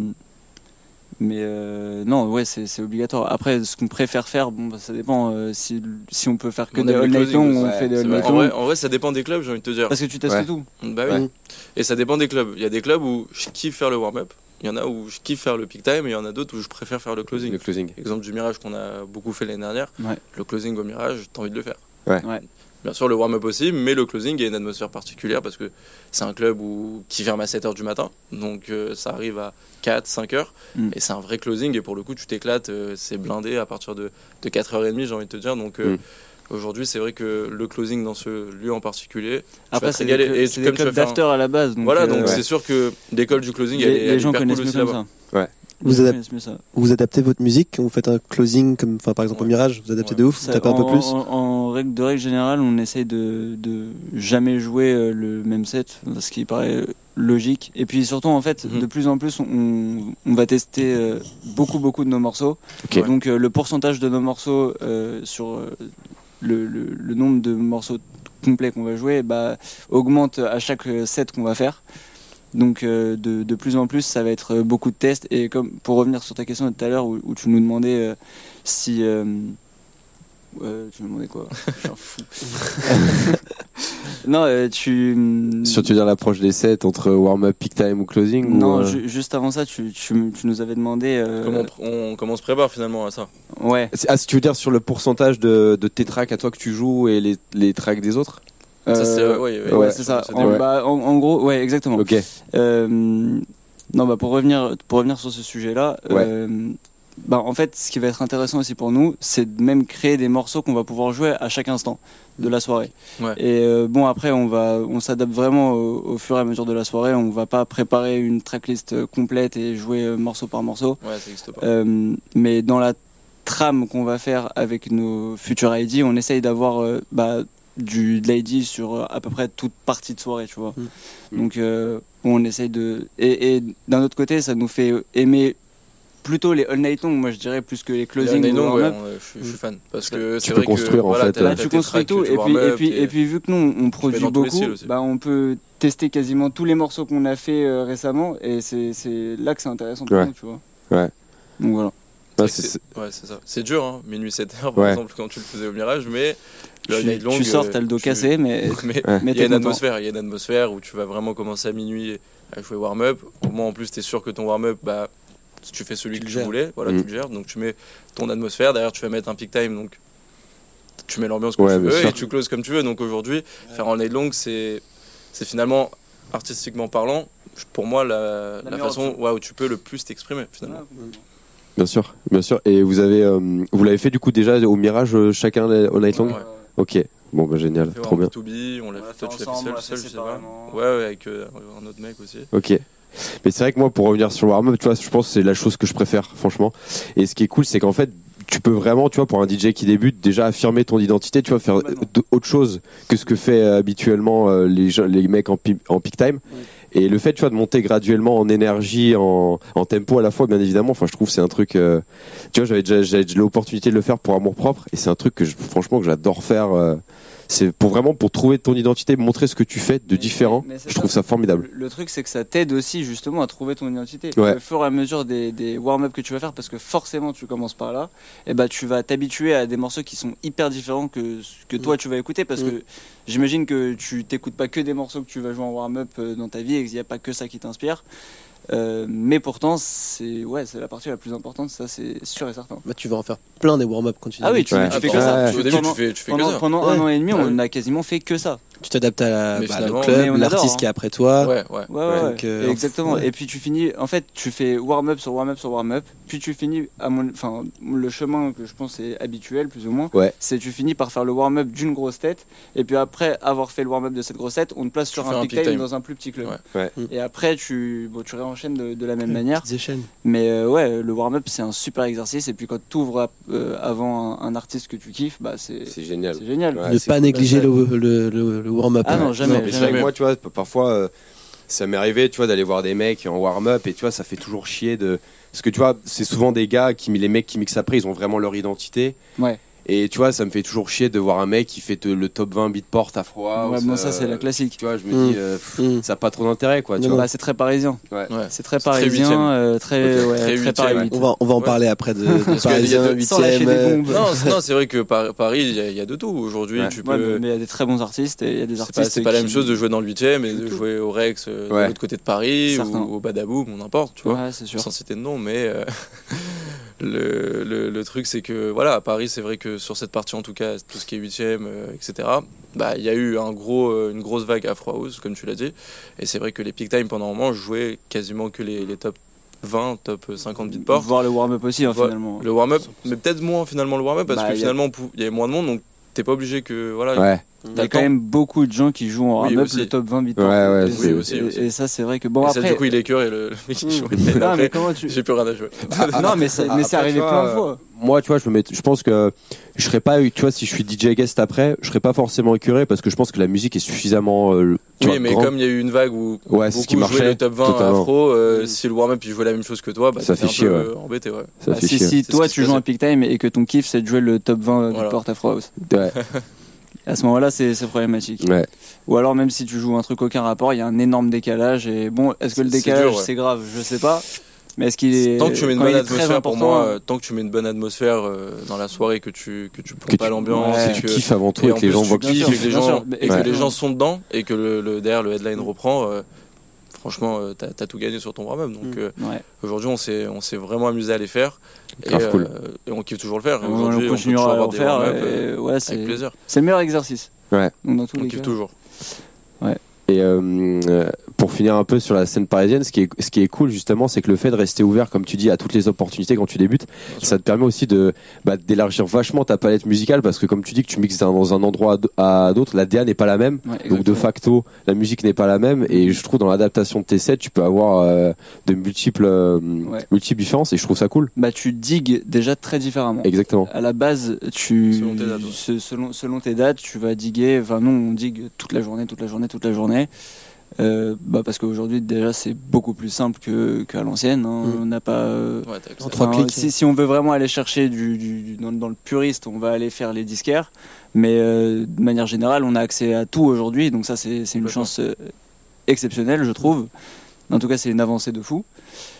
mais euh, non, ouais, c'est c'est obligatoire. Après, ce qu'on préfère faire, bon, bah, ça dépend. euh, si, si on peut faire que On des aime le all night closing long, aussi. on Ouais, fait des c'est all vrai. night En long. vrai, en vrai, ça dépend des clubs, j'ai envie de te dire. Parce que tu testes Ouais. tout. Bah oui. Et ça dépend des clubs. Il y a des clubs où je kiffe faire le warm-up. Il y en a où je kiffe faire le peak time. Et il y en a d'autres où je préfère faire le closing. Le closing. Exemple du Mirage qu'on a beaucoup fait l'année dernière. Ouais. Le closing au Mirage, t'as envie de le faire. Ouais. Ouais. Bien sûr, le warm-up aussi, mais le closing a une atmosphère particulière parce que c'est un club où, qui ferme à sept heures du matin. Donc euh, ça arrive à quatre, cinq heures. Mm. Et c'est un vrai closing. Et pour le coup, tu t'éclates. euh, c'est blindé à partir de, de quatre heures trente, j'ai envie de te dire. Donc euh, Mm. aujourd'hui, c'est vrai que le closing dans ce lieu en particulier, tu vas Après, te c'est des, régaler. clubs- Et c'est tu- des comme tu clubs vas faire un- d'after à la base. Donc, voilà, euh, donc ouais. c'est sûr que l'école du closing, les, elle est, elle les est gens hyper connaissent cool mieux aussi comme là-bas. ça. Vous, adap- c'est mieux ça. vous adaptez votre musique quand vous faites un closing, comme enfin par exemple Ouais. au Mirage, vous adaptez Ouais. de ouf, vous Ça, tapez un en, peu plus. En, en règle, de règle générale, on essaye de, de jamais jouer euh, le même set, ce qui paraît logique. Et puis surtout, en fait, Mhm. de plus en plus, on, on va tester euh, beaucoup, beaucoup de nos morceaux. Ok. Donc euh, le pourcentage de nos morceaux euh, sur euh, le, le, le nombre de morceaux complets qu'on va jouer bah, augmente à chaque set qu'on va faire. Donc euh, de, de plus en plus, ça va être beaucoup de tests. Et comme pour revenir sur ta question de tout à l'heure où, où tu nous demandais euh, si... Euh, euh, tu me demandais quoi? J'en fous. Non, euh, tu... Sur tu veux dire l'approche des sets entre warm-up, peak time ou closing Non, ou, euh, ju- juste avant ça, tu, tu, tu nous avais demandé... euh, Comment on, pr- on, comment on se prépare finalement à ça? Ouais. Ah, si tu veux dire sur le pourcentage de, de tes tracks à toi que tu joues et les, les tracks des autres? Ça, c'est, Euh, ouais, ouais, ouais, ouais, c'est ça. c'est En, ouais. bah, en, en gros, ouais, exactement. Ok. Euh, non, bah pour revenir, pour revenir sur ce sujet-là, Ouais. euh, bah en fait, ce qui va être intéressant aussi pour nous, c'est de même créer des morceaux qu'on va pouvoir jouer à chaque instant de la soirée. Ouais. Et euh, bon, après, on va, on s'adapte vraiment au, au fur et à mesure de la soirée. On va pas préparer une tracklist complète et jouer euh, morceau par morceau. Ouais, ça n'existe pas. Euh, mais dans la trame qu'on va faire avec nos futurs I D, on essaye d'avoir euh, bah, du de l'I D sur euh, à peu près toute partie de soirée, tu vois. Mm. Donc euh, on essaye de et, et d'un autre côté, ça nous fait aimer plutôt les all night long, moi je dirais plus que les closing. Closing, ou ouais, warm-up. on- je suis- je suis fan parce que Tu c'est peux vrai construire, que, en voilà, fait, t'as- euh, Là, t'as tu tes construis tracks, tout tu et puis, et warm-up, puis, et- et puis vu que nous on, on produit dans tous les beaucoup, styles aussi. bah on peut tester quasiment tous les morceaux qu'on a fait euh, récemment et c'est c'est là que c'est intéressant pour Ouais. nous, tu vois. Ouais. Donc voilà. Ah, C'est- c'est- c'est- ouais, c'est ça. C'est dur, hein, minuit sept heures par Ouais. exemple quand tu le faisais au Mirage, mais le Tu, night long, tu sors, euh, t'as le dos tu- cassé, mais mais Ouais. mais il y a t'es une content. atmosphère, il y a une atmosphère où tu vas vraiment commencer à minuit à jouer warm-up. Au moins en plus t'es sûr que ton warm-up, bah tu fais celui Tu que le tu gères. voulais, voilà, Mm. tu le gères, donc tu mets ton atmosphère. Derrière tu vas mettre un peak time, donc tu mets l'ambiance que Ouais, tu bien veux sûr. et tu closes comme tu veux. Donc aujourd'hui, faire un night long, c'est c'est finalement artistiquement parlant, pour moi la, la meilleure façon option. ouais, où tu peux le plus t'exprimer finalement. Bien sûr, bien sûr. Et vous avez, euh, vous l'avez fait du coup déjà au Mirage euh, chacun au night long. Ouais. Ok. Bon bah génial, On l'a fait trop en bien. B deux B, on l'a On l'a fait, toi fait tu l'as fait ensemble, seul, on l'a seul, fait je sais pas. séparément. Ouais, ouais, avec euh, un autre mec aussi. Ok. Mais c'est vrai que moi, pour revenir sur le warm-up, tu vois, je pense que c'est la chose que je préfère, franchement. Et ce qui est cool, c'est qu'en fait, tu peux vraiment, tu vois, pour un D J qui débute, déjà affirmer ton identité, tu vois, faire Complètement. d- autre chose que ce que fait euh, habituellement euh, les, gens- les mecs en, pi- en peak time. Et le fait, tu vois, de monter graduellement en énergie, en, en tempo à la fois, bien évidemment. Enfin, je trouve que c'est un truc. euh, tu vois, j'avais déjà, j'avais déjà l'opportunité de le faire pour amour propre, et c'est un truc que, je, franchement, que j'adore faire. euh, c'est pour vraiment pour trouver ton identité, montrer ce que tu fais de Mais- différent. mais c'est Je trouve ça formidable. Le, le truc, c'est que ça t'aide aussi justement à trouver ton identité. Ouais. Au fur et à mesure des, des warm-up que tu vas faire, parce que forcément tu commences par là, et bah tu vas t'habituer à des morceaux qui sont hyper différents que ce que toi tu vas écouter, parce Mm. que j'imagine que tu t'écoutes pas que des morceaux que tu vas jouer en warm-up euh, dans ta vie et qu'il n'y a pas que ça qui t'inspire. Euh, mais pourtant, c'est ouais, c'est la partie la plus importante, ça c'est sûr et certain. Bah, tu vas en faire plein des warm-up quand tu Ah oui, débutes. tu, Ouais. tu fais Ah, que ça. ouais. Tu- Au début, pendant tu fais, tu fais pendant, que ça. pendant Ouais. un an et demi, Ouais. on a quasiment fait que ça. Tu t'adaptes à la, Mais bah, finalement- le Mais club, on adore, l'artiste hein. qui est après toi. Ouais, ouais. Ouais, ouais, Donc, euh, ouais. Exactement. ouais. Et puis tu finis, en fait, tu fais warm-up sur warm-up sur warm-up, puis tu finis, à mon, enfin, le chemin que je pense est habituel, plus ou moins, Ouais. c'est tu finis par faire le warm-up d'une grosse tête, et puis après avoir fait le warm-up de cette grosse tête, on te place sur Tu un fais un peak peak time, time. dans un plus petit club. Ouais. Ouais. Et après, tu, bon, tu réenchaînes de, de la même manière. Petites échelles. Mais euh, ouais, le warm-up, c'est un super exercice, et puis quand tu ouvres avant un, un artiste que tu kiffes, bah, c'est C'est génial. c'est génial. Ouais, ne c'est pas cool. négliger le, le, le, le warm-up. Ah non, jamais, Non, mais c'est vrai jamais. que moi, tu vois, p- parfois, euh, ça m'est arrivé, tu vois, d'aller voir des mecs en warm-up et tu vois, ça fait toujours chier de. Parce que tu vois, c'est souvent des gars qui, les mecs qui mixent après, ils ont vraiment leur identité. Ouais. Et tu vois, ça me fait toujours chier de voir un mec qui fait te- le top vingt beatport à froid. Ouais, ou bon, ça, c'est la classique. Tu vois, je me Mm. dis, euh, pff, Mm. ça n'a pas trop d'intérêt, quoi. Tu Non, vois. Bah, c'est très parisien. Ouais. Ouais. C'est très C'est très huitième. parisien, euh, très, Ok. ouais, Très très, huitième, Paris ouais. huit. On va, on va en Ouais. parler après de, de qu'il y a- il y a Parisien, de- sans lâcher huitième. des euh, bombes. Non, c'est, non, c'est vrai que Par- Paris, il y, a- il y a de tout. Aujourd'hui, Ouais. tu Ouais, peux. mais il y a des très bons artistes et il y a des C'est artistes. pas, c'est pas la qui- même chose de jouer dans le huitième et de jouer au Rex euh, de Ouais. l'autre côté de Paris Certain. ou au Badaboum ou n'importe, tu vois. Ouais, c'est sûr. Sans citer de nom, mais euh, le, le, le truc c'est que voilà, à Paris, c'est vrai que sur cette partie en tout cas, tout ce qui est huitième, euh, et cetera. Bah, il y a eu un gros, euh, une grosse vague Afro House, comme tu l'as dit, et c'est vrai que les peak time pendant un moment, je jouais quasiment que les, les top vingt, top cinquante beatports. Voir le warm-up aussi, hein, Voilà. finalement. Le warm-up, mais peut-être moins finalement le warm-up parce Bah, que y a- finalement pou- il y avait moins de monde, donc t'es pas obligé que voilà. Ouais. il y a quand même beaucoup de gens qui jouent en Oui, warm-up aussi. le top vingt Beatport. Ouais, ouais, et, c'est- et- aussi, et- aussi. et ça, c'est vrai que bon, et après. ça, du coup, il est cœur et le, le mec qui joue. non, mais Après, comment tu. j'ai plus rien à jouer. non, mais c'est, mais c'est Après, arrivé tu vois, plein de fois. Moi, tu vois, je me mets, je pense que je serais pas, tu vois, si je suis D J guest après, je serais pas forcément écœuré parce que je pense que la musique est suffisamment. Euh, tu Oui, vois, mais grande. comme il y a eu une vague où Ouais, c'est ce beaucoup qui marchait, jouaient le top vingt totalement. afro, euh, Mm. si le warm-up il jouait la même chose que toi, bah, Ça t'étais fait chier, un peu embêté. Ouais. Ça Ah, fait si, chier. si C'est toi ce qui tu se joues un faisait. peak time et que ton kiff c'est de jouer le top vingt Voilà. Beatport Afro House, Ouais. à ce moment-là c'est, c'est problématique. Ouais. Ou alors même si tu joues un truc aucun rapport, il y a un énorme décalage. Et bon, est-ce que le C'est- c'est décalage dur, ouais. c'est grave? Je sais pas. Mais est-ce qu'il est. Tant que tu mets une quand bonne il est très atmosphère, pour important, moi, euh, tant que tu mets une bonne atmosphère euh, dans la soirée, que tu que tu Que plombes pas tu- l'ambiance, ouais, et Tu que kiffes avant tout et et en que les plus, gens tu voient que tu kiffes, bien et que sûr, les bien gens sûr. et que Ouais. les gens sont dedans et que le, le derrière le headline reprend. euh, franchement, euh, t'as t'as tout gagné sur ton warm-up. Donc Mm. euh, Ouais. aujourd'hui, on s'est on s'est vraiment amusé à les faire. Et, Grave cool. euh, et on kiffe toujours le faire. Et On aujourd'hui, on peut toujours continuera à avoir en des faire. warm-up et euh, ouais, c'est, avec plaisir. c'est le meilleur exercice. Ouais. Donc, dans tous On les kiffe cas. toujours. Et euh, euh, pour finir un peu sur la scène parisienne, ce qui est ce qui est cool justement, c'est que le fait de rester ouvert, comme tu dis, à toutes les opportunités quand tu débutes, Bien sûr. ça te permet aussi de bah, d'élargir vachement ta palette musicale parce que comme tu dis que tu mixes dans dans un endroit à d- à d'autres, la D A n'est pas la même. Ouais, Donc de exactement. facto, la musique n'est pas la même et je trouve dans l'adaptation de tes sets, tu peux avoir euh, de multiples euh, Ouais. multiples différences et je trouve ça cool. Bah, tu digues déjà très différemment. Exactement. À la base, tu Selon tes dates, ouais. se- selon, selon tes dates, tu vas diguer. Enfin, nous, on digue toute la journée, toute la journée, toute la journée. Euh, bah parce qu'aujourd'hui, déjà, c'est beaucoup plus simple que qu'à l'ancienne. Hein. Mm. On n'a pas. euh, Ouais, t'as accès En à- trois enfin, clics. Si, si on veut vraiment aller chercher du, du, du- dans, dans le puriste, on va aller faire les disquaires. Mais euh, de manière générale, on a accès à tout aujourd'hui. Donc ça, c'est c'est une Complètement. chance euh, exceptionnelle, je trouve. En tout cas, c'est une avancée de fou.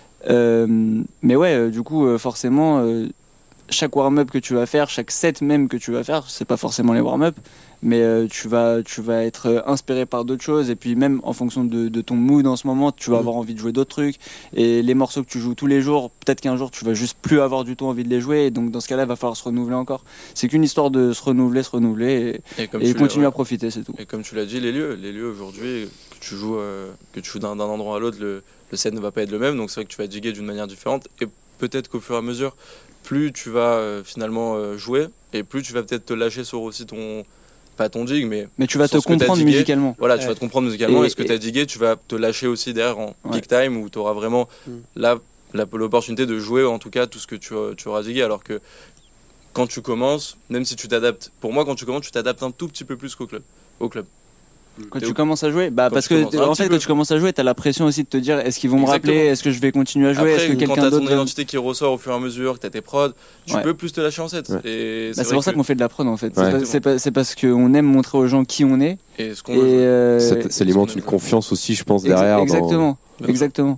Euh, mais ouais, euh, du coup, euh, forcément, euh, chaque warm-up que tu vas faire, chaque set même que tu vas faire, c'est pas forcément les warm-up, mais euh, tu vas, tu vas être euh, inspiré par d'autres choses. Et puis même en fonction de, de ton mood en ce moment, tu vas Mhm. avoir envie de jouer d'autres trucs. Et les morceaux que tu joues tous les jours, peut-être qu'un jour tu vas juste plus avoir du tout envie de les jouer. Et donc dans ce cas-là, il va falloir se renouveler encore. C'est qu'une histoire de se renouveler, se renouveler Et, comme et, et tu l'as- continuer ouais. à profiter, c'est tout. Et comme tu l'as dit, les lieux, les lieux aujourd'hui, que tu joues, euh, que tu joues d'un d'un endroit à l'autre, le, le set ne va pas être le même. Donc c'est vrai que tu vas diguer d'une manière différente. Et peut-être qu'au fur et à mesure, plus tu vas euh, finalement euh, jouer, et plus tu vas peut-être te lâcher sur aussi ton, pas ton dig, mais Mais tu vas sur te ce que t'as comprendre digué. musicalement. voilà, tu Ouais. vas te comprendre musicalement. Et- Et, ce que et- tu as digué, tu vas te lâcher aussi derrière en Ouais. gig time où tu auras vraiment Mm. la, la- l'opportunité de jouer en tout cas tout ce que tu, tu auras digué. Alors que quand tu commences, même si tu t'adaptes, pour moi, quand tu commences, tu t'adaptes un tout petit peu plus qu'au club. Au club. Quand T'es tu où commences à jouer, bah Quand parce tu que commences, un en petit fait peu. quand tu commences à jouer, t'as la pression aussi de te dire est-ce qu'ils vont me Exactement. rappeler, est-ce que je vais continuer à jouer, est-ce que Après, quand quelqu'un t'as ton d'autre va- identité qui ressort au fur et à mesure, que t'as tes prods, tu Ouais. peux plus te lâcher en set. Ouais. Et Bah, c'est vrai pour ça que- qu'on fait de la prod en fait. C'est Ouais. pas- C'est pas- c'est parce qu'on aime montrer aux gens qui on est. Et ce qu'on Et veut jouer. euh, Ça, ex- ça alimente ce qu'on une aime. confiance aussi, je pense, ex- derrière. dans- exactement, Bien sûr. exactement.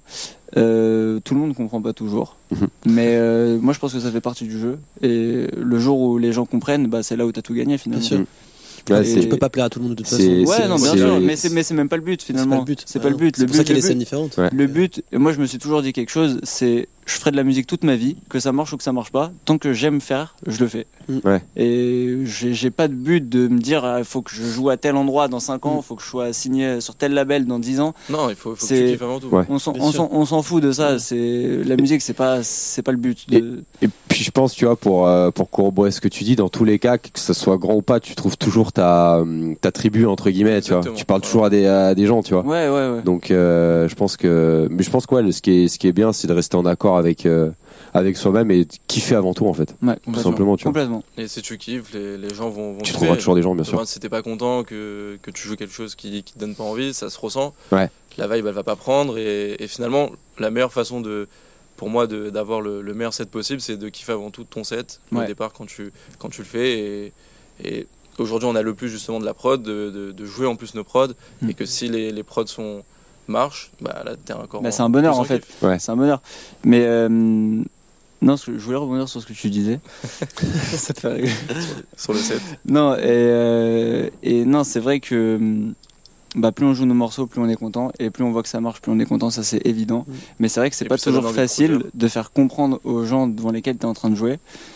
Euh, tout le monde comprend pas toujours, Mhm. mais euh, moi je pense que ça fait partie du jeu. Et le jour où les gens comprennent, bah c'est là où t'as tout gagné finalement. Bien sûr. Ouais, Et- c'est- Tu peux pas plaire à tout le monde de toute c'est- façon. Ouais, c'est- non, bien c'est- sûr, mais c'est mais c'est même pas le but C'est pas finalement. le but. C'est Ouais, pas le non. but. C'est Le pour ça but, qu'il y a le des scènes but- différentes. Ouais. Le but, et moi je me suis toujours dit quelque chose, c'est je ferai de la musique toute ma vie, que ça marche ou que ça marche pas, tant que j'aime faire, je le fais. Mm. Ouais. Et j'ai j'ai pas de but de me dire il faut que je joue à tel endroit dans cinq ans, il Mm. faut que je sois signé sur tel label dans dix ans. Non, il faut, faut que C'est- tu kiffes avant tout. Ouais. On s'en Bien on sûr. s'en- on s'en fout de ça, Mm. c'est la musique c'est pas c'est pas le but de Et puis je pense, tu vois, pour euh, pour corroborer ce que tu dis, dans tous les cas, que ce soit grand ou pas, tu trouves toujours ta hum, ta tribu entre guillemets, tu vois. Exactement. Tu parles Voilà. toujours à des à des gens, tu vois. Ouais ouais ouais. Donc euh, je pense que, mais je pense que ouais, le- ce qui est ce qui est bien, c'est de rester en accord avec euh, avec soi-même et de kiffer avant tout en fait, Ouais, tout complètement. simplement, tu vois. Complètement. Et si tu kiffes, les, les gens vont, vont Tu kiffer. trouveras toujours des gens, bien sûr. Demain, si t'es pas content que, que tu joues quelque chose qui, qui te donne pas envie, ça se ressent. Ouais. La vibe, elle va pas prendre. Et, et finalement, la meilleure façon de, pour moi de- d'avoir le, le meilleur set possible, c'est de kiffer avant tout ton set Ouais. au départ quand tu, quand tu le fais. Et, et aujourd'hui, on a le plus justement de la prod, de, de, de jouer en plus nos prods. Mm. Et que si les, les prods sont marchent, bah là, t'es encore. Bah, c'est un bonheur plus en fait. kiff. Ouais. C'est un bonheur. Mais euh, non, ce que- je voulais rebondir sur ce que tu disais. Ça te fait rigoler. Sur le set. Non, et, euh, et non, c'est vrai que hum, bah, plus on joue nos morceaux, plus on est content, et plus on voit que ça marche, plus on est content, ça c'est évident. Mm. Mais c'est vrai que c'est Et pas puis ça donne toujours envie de facile produire. de faire comprendre aux gens devant lesquels tu es en train de jouer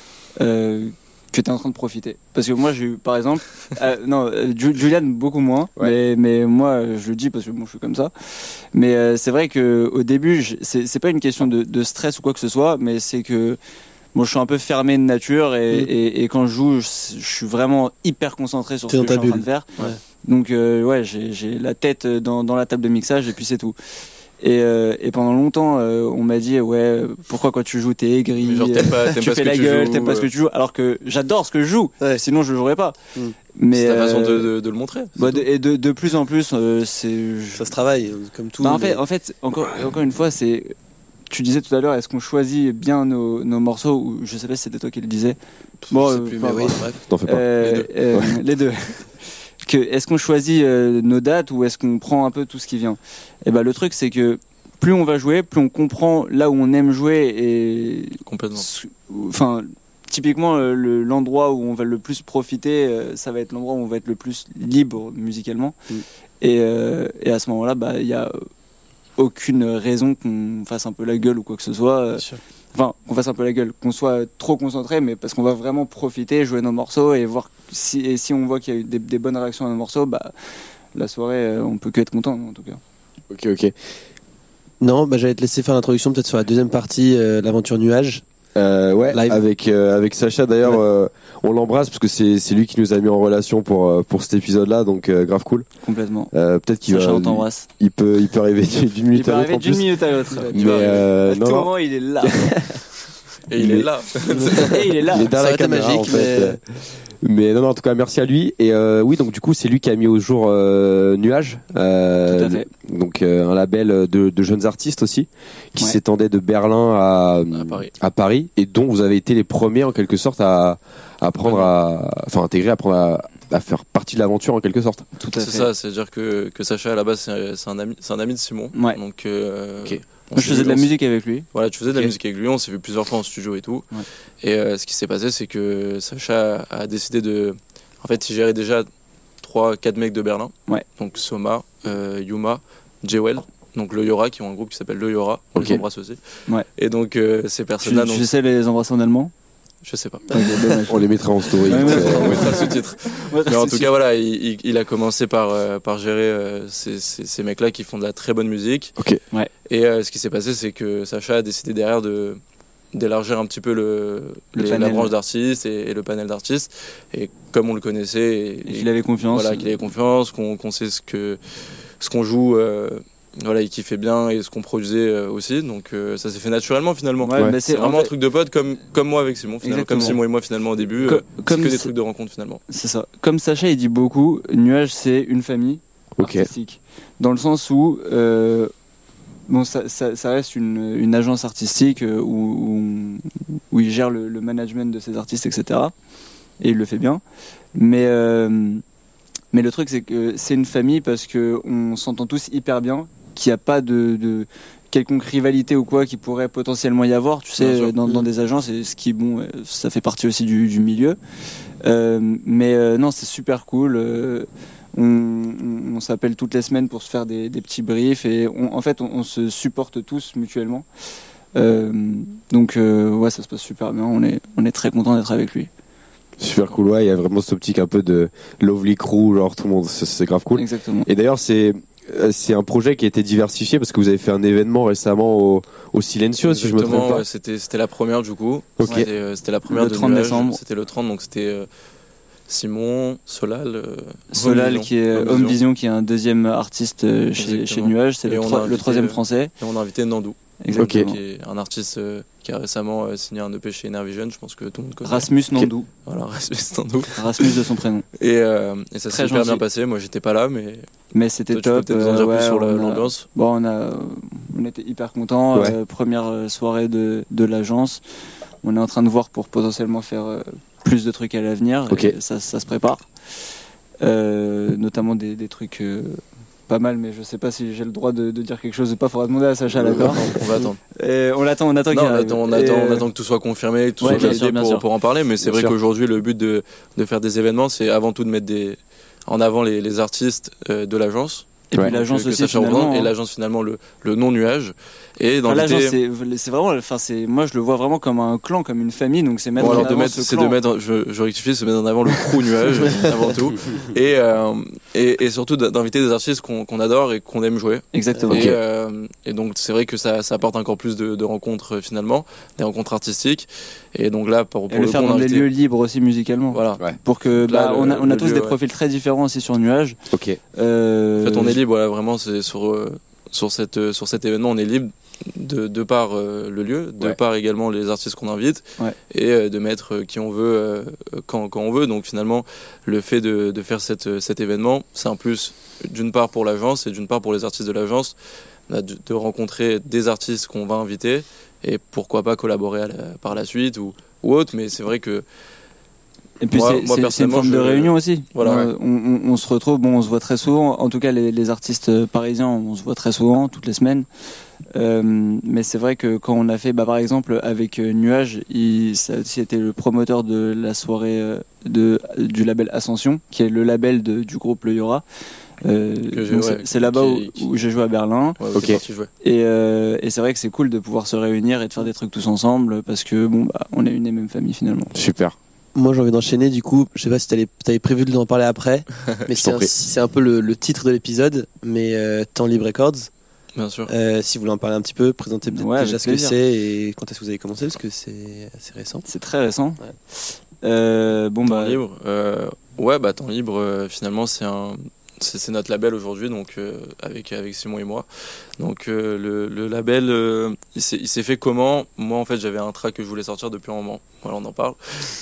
euh, que tu es en train de profiter. Parce que moi, j'ai eu, par exemple, euh, non, euh, Ju- Julian beaucoup moins, mais, mais moi, euh, je le dis parce que bon, je suis comme ça. Mais euh, c'est vrai que au début, je- c'est c'est pas une question de, de stress ou quoi que ce soit, mais c'est que Bon, je suis un peu fermé de nature et, Mm. et, et quand je joue, je, je suis vraiment hyper concentré sur T'es ce dans que je ta suis en train de bulle. faire. Ouais. Donc euh, ouais, j'ai, j'ai la tête dans, dans la table de mixage et puis c'est tout. Et, euh, et pendant longtemps, euh, on m'a dit ouais, pourquoi quand tu joues t'es aigri, Genre, t'aimes pas, t'aimes tu pas fais ce que la tu gueule, joues, t'aimes pas ce que euh, tu joues, alors que j'adore ce que je joue. Ouais. Sinon je le jouerais pas. Mm. Mais C'est ta façon de, euh, de, de le montrer. c'est bah, tout. de, et de, de plus en plus, euh, c'est. Ça se travaille, comme tout. Bah, en mais- fait, en fait, encore, encore une fois, c'est. Tu disais tout à l'heure, est-ce qu'on choisit bien nos, nos morceaux ou je sais pas si c'était toi qui le disais. Bon, je sais euh, plus, enfin, mais oui, bref. bref. T'en fais pas. Euh, Les deux. euh, les deux. Que est-ce qu'on choisit euh, nos dates ou est-ce qu'on prend un peu tout ce qui vient. Et ben le truc c'est que plus on va jouer, plus on comprend là où on aime jouer et Complètement. enfin typiquement euh, le- l'endroit où on va le plus profiter, euh, ça va être l'endroit où on va être le plus libre musicalement. Mm. Et, euh, et à ce moment-là, bah il y a aucune raison qu'on fasse un peu la gueule ou quoi que ce soit. euh, Bien sûr. Enfin, qu'on fasse un peu la gueule, qu'on soit trop concentré, mais parce qu'on va vraiment profiter, jouer nos morceaux et voir si, et si on voit qu'il y a eu des, des bonnes réactions à nos morceaux, bah, la soirée, euh, on peut que être content, en tout cas. Ok, ok. Non, bah, j'allais te laisser faire l'introduction peut-être sur la deuxième partie, euh, l'aventure nuage. Euh, ouais, Live. avec euh, avec Sacha d'ailleurs, Ouais. euh, on l'embrasse parce que c'est c'est lui qui nous a mis en relation pour euh, pour cet épisode-là, donc euh, grave cool. Complètement. Euh, peut-être qu'il Sacha, va, on t'embrasse. il peut il peut arriver d'une Il minute peut à l'autre arriver en d'une plus. minute à l'autre. Mais Tu vois, euh, à non, tout non, moment, il est là. Et il est là. et il est là. il est dans Ça la aurait été caméra magique, en fait. mais- Mais non, non, en tout cas, merci à lui. Et euh, oui, donc du coup, c'est lui qui a mis au jour euh, Nuage, euh, Tout à fait. donc euh, un label de, de jeunes artistes aussi, qui Ouais. s'étendait de Berlin à, À Paris. à Paris, et dont vous avez été les premiers en quelque sorte à, à prendre à, enfin intégrer, à prendre à, à faire partie de l'aventure en quelque sorte. Tout à C'est fait. ça, c'est-à-dire que, que Sacha à la base c'est c'est un ami, c'est un ami de Simon. Ouais. Donc euh, Ok. on Moi, je s'est faisais vu- de la on s- musique avec lui. Voilà, tu faisais de Ok. la musique avec lui, on s'est vu plusieurs fois en studio et tout. Ouais. Et euh, ce qui s'est passé, c'est que Sacha a décidé de. En fait, il gérait déjà trois quatre mecs de Berlin. Ouais. Donc Soma, euh, Yuma, Jewel, donc le Yora, qui ont un groupe qui s'appelle le Yora. On Ok. les embrasse aussi. Ouais. Et donc euh, ces Tu, personnes-là, tu donc, sais les embrasser en allemand. je sais pas. Ok, dommage. On les mettra en story. Ouais, vite, ouais, euh, On mettra le sous-titre. Ouais, Mais en c'est tout sûr. cas, voilà, il, il- il a commencé par, euh, par gérer euh, ces, ces, ces mecs-là qui font de la très bonne musique. Ok. Ouais. Et euh, ce qui s'est passé, c'est que Sacha a décidé derrière de d'élargir un petit peu le, Le les- la panel. branche d'artistes et, et le panel d'artistes. Et comme on le connaissait, et, Et qu'il avait confiance. voilà, qu'il avait confiance, qu'on qu'on sait ce que ce qu'on joue, euh, voilà, il kiffait bien et ce qu'on produisait euh, aussi. Donc euh, ça s'est fait naturellement finalement. Ouais, Ouais. bah, C'est c'est en vraiment fait- un truc de pote comme, comme moi avec Simon finalement, Exactement. comme Simon et moi finalement au début. Co- euh, c'est comme que des c'est- trucs de rencontre finalement. C'est ça. Comme Sacha, il dit beaucoup, Nuage, c'est une famille Ok. artistique. Dans le sens où, euh, bon, ça, ça, ça reste une, une agence artistique euh, où, où, où il gère le, le management de ses artistes, et cetera. Et il le fait bien. Mais, euh, mais le truc, c'est que c'est une famille parce qu'on s'entend tous hyper bien, qu'il n'y a pas de, de quelconque rivalité ou quoi qui pourrait potentiellement y avoir, tu Bien sais, sûr. dans, dans des agences, et ce qui, bon, euh, ça fait partie aussi du, du milieu. Euh, mais euh, non, c'est super cool. euh, on, on- on s'appelle toutes les semaines pour se faire des, des petits briefs et on- en fait, on, on se supporte tous mutuellement. Euh, donc, euh, ouais, ça se passe super bien. On est, on est très content d'être avec lui. Super cool, ouais, il y a vraiment cette optique un peu de lovely crew, genre tout le monde, c'est c'est grave cool. Exactement. Et d'ailleurs, c'est euh, c'est un projet qui a été diversifié parce que vous avez fait un événement récemment au, au Silencio, si je me Exactement, trompe pas. ouais, c'était c'était la première du coup. Ok. C'était euh, c'était la première Le de trente Nuage. décembre. C'était le trente, donc c'était euh, Simon, Solal, euh, Solal, Home qui est Vision. Home Vision, qui est un deuxième artiste euh, chez, Exactement. chez Nuage, c'est Et le, on a troi- le invité, troisième euh, français. Et on a invité Nandou, Exactement. qui est un artiste euh, qui a récemment euh, signé un E P chez Enervision. Je pense que tout le monde connaît. Rasmus Nandou, Voilà, Rasmus Nandou. Rasmus de son prénom. Et, euh, et ça Très s'est super gentil. bien passé. Moi, j'étais pas là, mais Mais c'était toi, tu peux top. peut-être nous en dire euh, plus sur ouais, la- on a- l'ambiance. Bon, on a, on était hyper contents. Ouais. euh, première euh, soirée de, de l'agence. On est en train de voir pour potentiellement faire euh, plus de trucs à l'avenir. Ok. Et Ça, ça se prépare. Euh, notamment des, des trucs euh, pas mal, mais je sais pas si j'ai le droit de, de dire quelque chose ou pas. Faudra demander à Sacha, d'accord. On va attendre. Et on l'attend, on attend Non, qu'il on arrive. attend, on, Et, attend, on euh, attend que tout soit confirmé, que tout ouais, soit bien validé sûr, bien pour, sûr. pour en parler. Mais c'est Bien vrai sûr. qu'aujourd'hui, le but de, de faire des événements, c'est avant tout de mettre des, en avant les, les artistes euh, de l'agence. Et Ouais. puis l'agence que- que aussi Sacha finalement. représente, et hein. l'agence finalement le, le non nuage. Et Enfin, l'agence, d'inviter. c'est c'est vraiment, enfin c'est, moi je le vois vraiment comme un clan, comme une famille, donc c'est mettre Bon, en alors de avant mettre, ce c'est clan. de mettre, je, je rectifie, c'est de mettre en avant le crew nuage avant tout. Et, euh, et, et surtout d'inviter des artistes qu'on, qu'on adore et qu'on aime jouer. Exactement. Et, Okay. euh, et donc c'est vrai que ça, ça apporte encore plus de, de rencontres finalement, des rencontres artistiques. Et donc là, pour, pour et le, le faire coup, dans des invité- lieux libres aussi musicalement. Voilà. Ouais. Pour que Là, bah, le- on a, on a le tous lieu, des ouais. profils très différents aussi sur Nuage. Ok. Euh, En fait, on est libre. Voilà, vraiment, c'est sur euh, sur cette euh, sur cet événement, on est libre de, de par euh, le lieu, de Ouais. par également les artistes qu'on invite, Ouais. et euh, de mettre euh, qui on veut euh, quand, quand on veut. Donc finalement, le fait de, de faire cette, cet événement, c'est un plus d'une part pour l'agence et d'une part pour les artistes de l'agence, de, de rencontrer des artistes qu'on va inviter et pourquoi pas collaborer à la- par la suite ou, ou autre. Mais c'est vrai que Et puis Moi- c'est, moi, c'est- c'est une personnellement, forme de je- réunion aussi. Voilà, Euh, on, on- on se retrouve, bon, on se voit très souvent. En tout cas, les, les artistes parisiens, on se voit très souvent, toutes les semaines. Euh, mais c'est vrai que quand on a fait, bah, par exemple, avec euh, Nuage, il, ça a aussi été le promoteur de la soirée euh, de, du label Ascension, qui est le label de- du groupe Le Yora. Euh, Que j'ai- donc ouais, c'est, c'est là-bas qui- où, qui- où j'ai joué à Berlin. ouais, Ok. c'est parti jouer. Et, euh, et c'est vrai que c'est cool de pouvoir se réunir et de faire des trucs tous ensemble parce que bon, bah, on est une et même famille finalement. Super. Moi, j'ai envie d'enchaîner. Du coup, je sais pas si t'allais- t'avais prévu de en parler après, mais Je c'est t'en un, prie. c'est un peu le, le titre de l'épisode. Mais euh, Temps Libre Records. Bien sûr. Euh, si vous voulez en parler un petit peu, présenter peut-être Ouais, déjà avec ce que plaisir. c'est et quand est-ce que vous avez commencé, parce que c'est assez récent. C'est très récent. Ouais. Euh, bon Temps bah libre, euh, ouais, bah temps libre, euh, finalement c'est un, c'est, c'est notre label aujourd'hui, donc euh, avec avec Simon et moi. Donc euh, le, le label, euh, il s'est il s'est fait comment? Moi en fait j'avais un track que je voulais sortir depuis un moment. Voilà, on en parle.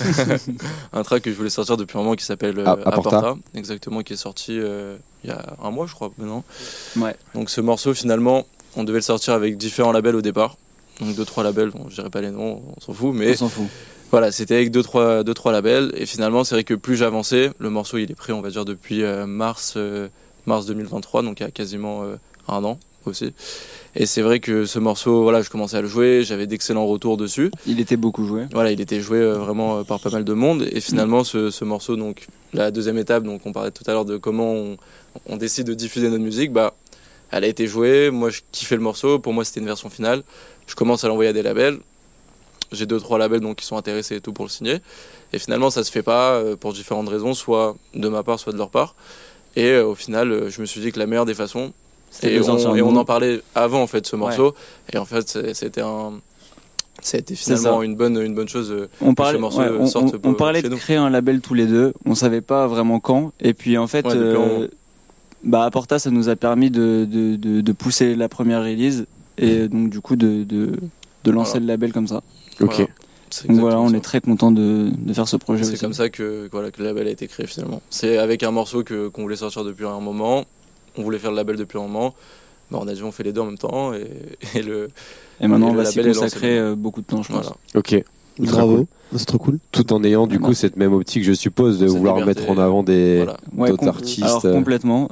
Un track que je voulais sortir depuis un moment qui s'appelle euh, Ah, Apporta. Apporta, exactement, qui est sorti euh, il y a un mois je crois maintenant. ouais. Donc ce morceau finalement, on devait le sortir avec différents labels au départ. Donc deux trois labels, bon, je dirais pas les noms, on s'en fout, mais On s'en fout. voilà, c'était avec deux trois, deux, trois labels. Et finalement, c'est vrai que plus j'avançais, le morceau il est prêt, on va dire, depuis euh, mars, euh, mars deux mille vingt-trois, donc il y a quasiment euh, un an aussi. Et c'est vrai que ce morceau, voilà, je commençais à le jouer, j'avais d'excellents retours dessus. Il était beaucoup joué. Voilà, il était joué euh, vraiment euh, par pas mal de monde. Et finalement, ce, ce morceau, donc la deuxième étape, donc on parlait tout à l'heure de comment on, on décide de diffuser notre musique, bah, elle a été jouée. Moi, je kiffais le morceau. Pour moi, c'était une version finale. Je commence à l'envoyer à des labels. J'ai deux trois labels donc qui sont intéressés et tout pour le signer. Et finalement, ça se fait pas euh, pour différentes raisons, soit de ma part, soit de leur part. Et euh, au final, euh, je me suis dit que la meilleure des façons, C'était et de sortir on, un et on bon- en parlait avant en fait ce morceau. Et en fait, c'est- c'était un, c'était finalement ça. une bonne une bonne chose. euh, On que parlait, ce morceau ouais, on, sorte on- pour- on parlait chez de nous. créer un label tous les deux. On savait pas vraiment quand. Et puis en fait, Ouais, depuis un moment. euh, bah Apporta, ça nous a permis de, de, de, de pousser la première release et donc du coup de, de, de lancer Voilà. le label comme ça. Ok. Voilà. C'est Donc voilà, exactement on ça. est très content de, de faire ce projet C'est aussi. comme ça que, que voilà, que le label a été créé finalement. C'est avec un morceau que, qu'on voulait sortir depuis un moment. On voulait faire le label depuis un moment. Bah, on a dit on fait les deux en même temps. Et, et le, Et maintenant, Et on le va s'y label est lancé consacrer maintenant. euh, beaucoup de temps, je pense. voilà. Ok. Bravo, c'est trop cool. Tout en ayant du Ah, coup merci. cette même optique, je suppose, de Cette vouloir liberté, mettre en avant des Voilà. Ouais, d'autres com- artistes. Alors euh, complètement.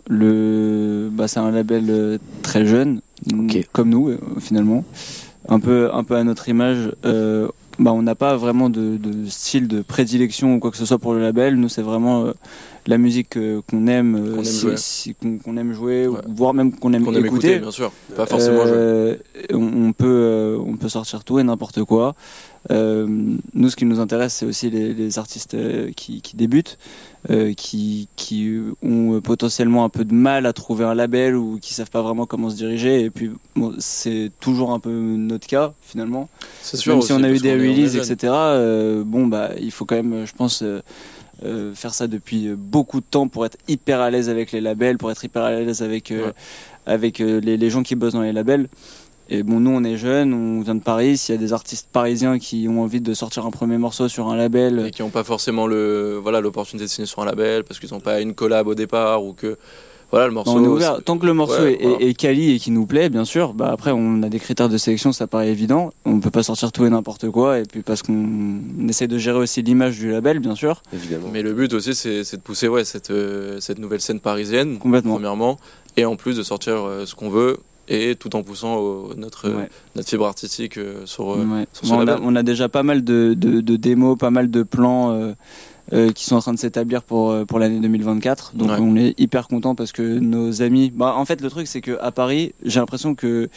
Le, bah, c'est un label euh, très jeune, Ok. comme nous euh, finalement, un peu, un peu à notre image. Euh, bah, on n'a pas vraiment de, de style de prédilection ou quoi que ce soit pour le label. Nous, c'est vraiment euh, la musique euh, qu'on aime, euh, Qu'on aime si- jouer. si- qu'on, qu'on aime jouer, Ouais. ou- voire même qu'on aime Qu'on aime écouter, écouter. bien sûr. Pas forcément jouer. Euh, on, on peut, euh, on peut sortir tout et n'importe quoi. Euh, nous, ce qui nous intéresse, c'est aussi les, les artistes euh, qui, qui débutent, euh, qui, qui ont potentiellement un peu de mal à trouver un label ou qui savent pas vraiment comment se diriger. Et puis, bon, c'est toujours un peu notre cas finalement. C'est sûr. Même aussi, si on a eu parce des qu'on est- on est releases, jeune. et cetera. euh, bon, bah, il faut quand même, je pense. euh, euh, faire ça depuis euh, beaucoup de temps pour être hyper à l'aise avec les labels, pour être hyper à l'aise avec euh, Ouais. avec euh, les, les gens qui bossent dans les labels. Et bon, nous on est jeunes, on vient de Paris. S'il y a des artistes parisiens qui ont envie de sortir un premier morceau sur un label, Et qui n'ont pas forcément le, voilà, l'opportunité de signer sur un label parce qu'ils n'ont pas une collab au départ ou que voilà, le bah, morceau. on est ouvert. c'est- Tant que le morceau Ouais, est, voilà. est- est quali et qui nous plaît, bien sûr. Bah après, on a des critères de sélection, ça paraît évident. On peut pas sortir tout et n'importe quoi. Et puis parce qu'on essaie de gérer aussi l'image du label, bien sûr. évidemment. Mais le but aussi, c'est, c'est de pousser ouais, cette, euh, cette nouvelle scène parisienne, Complètement. premièrement, et en plus de sortir euh, ce qu'on veut, et tout en poussant au- notre, euh, Ouais. notre fibre artistique euh, sur. euh, Ouais. sur ce Bon, on, a, label. on a déjà pas mal de, de, de démos, pas mal de plans euh, euh, qui sont en train de s'établir pour, euh, pour l'année deux mille vingt-quatre. Donc Ouais. on est hyper content parce que nos amis. Bah, en fait, le truc, c'est qu'à Paris, j'ai l'impression que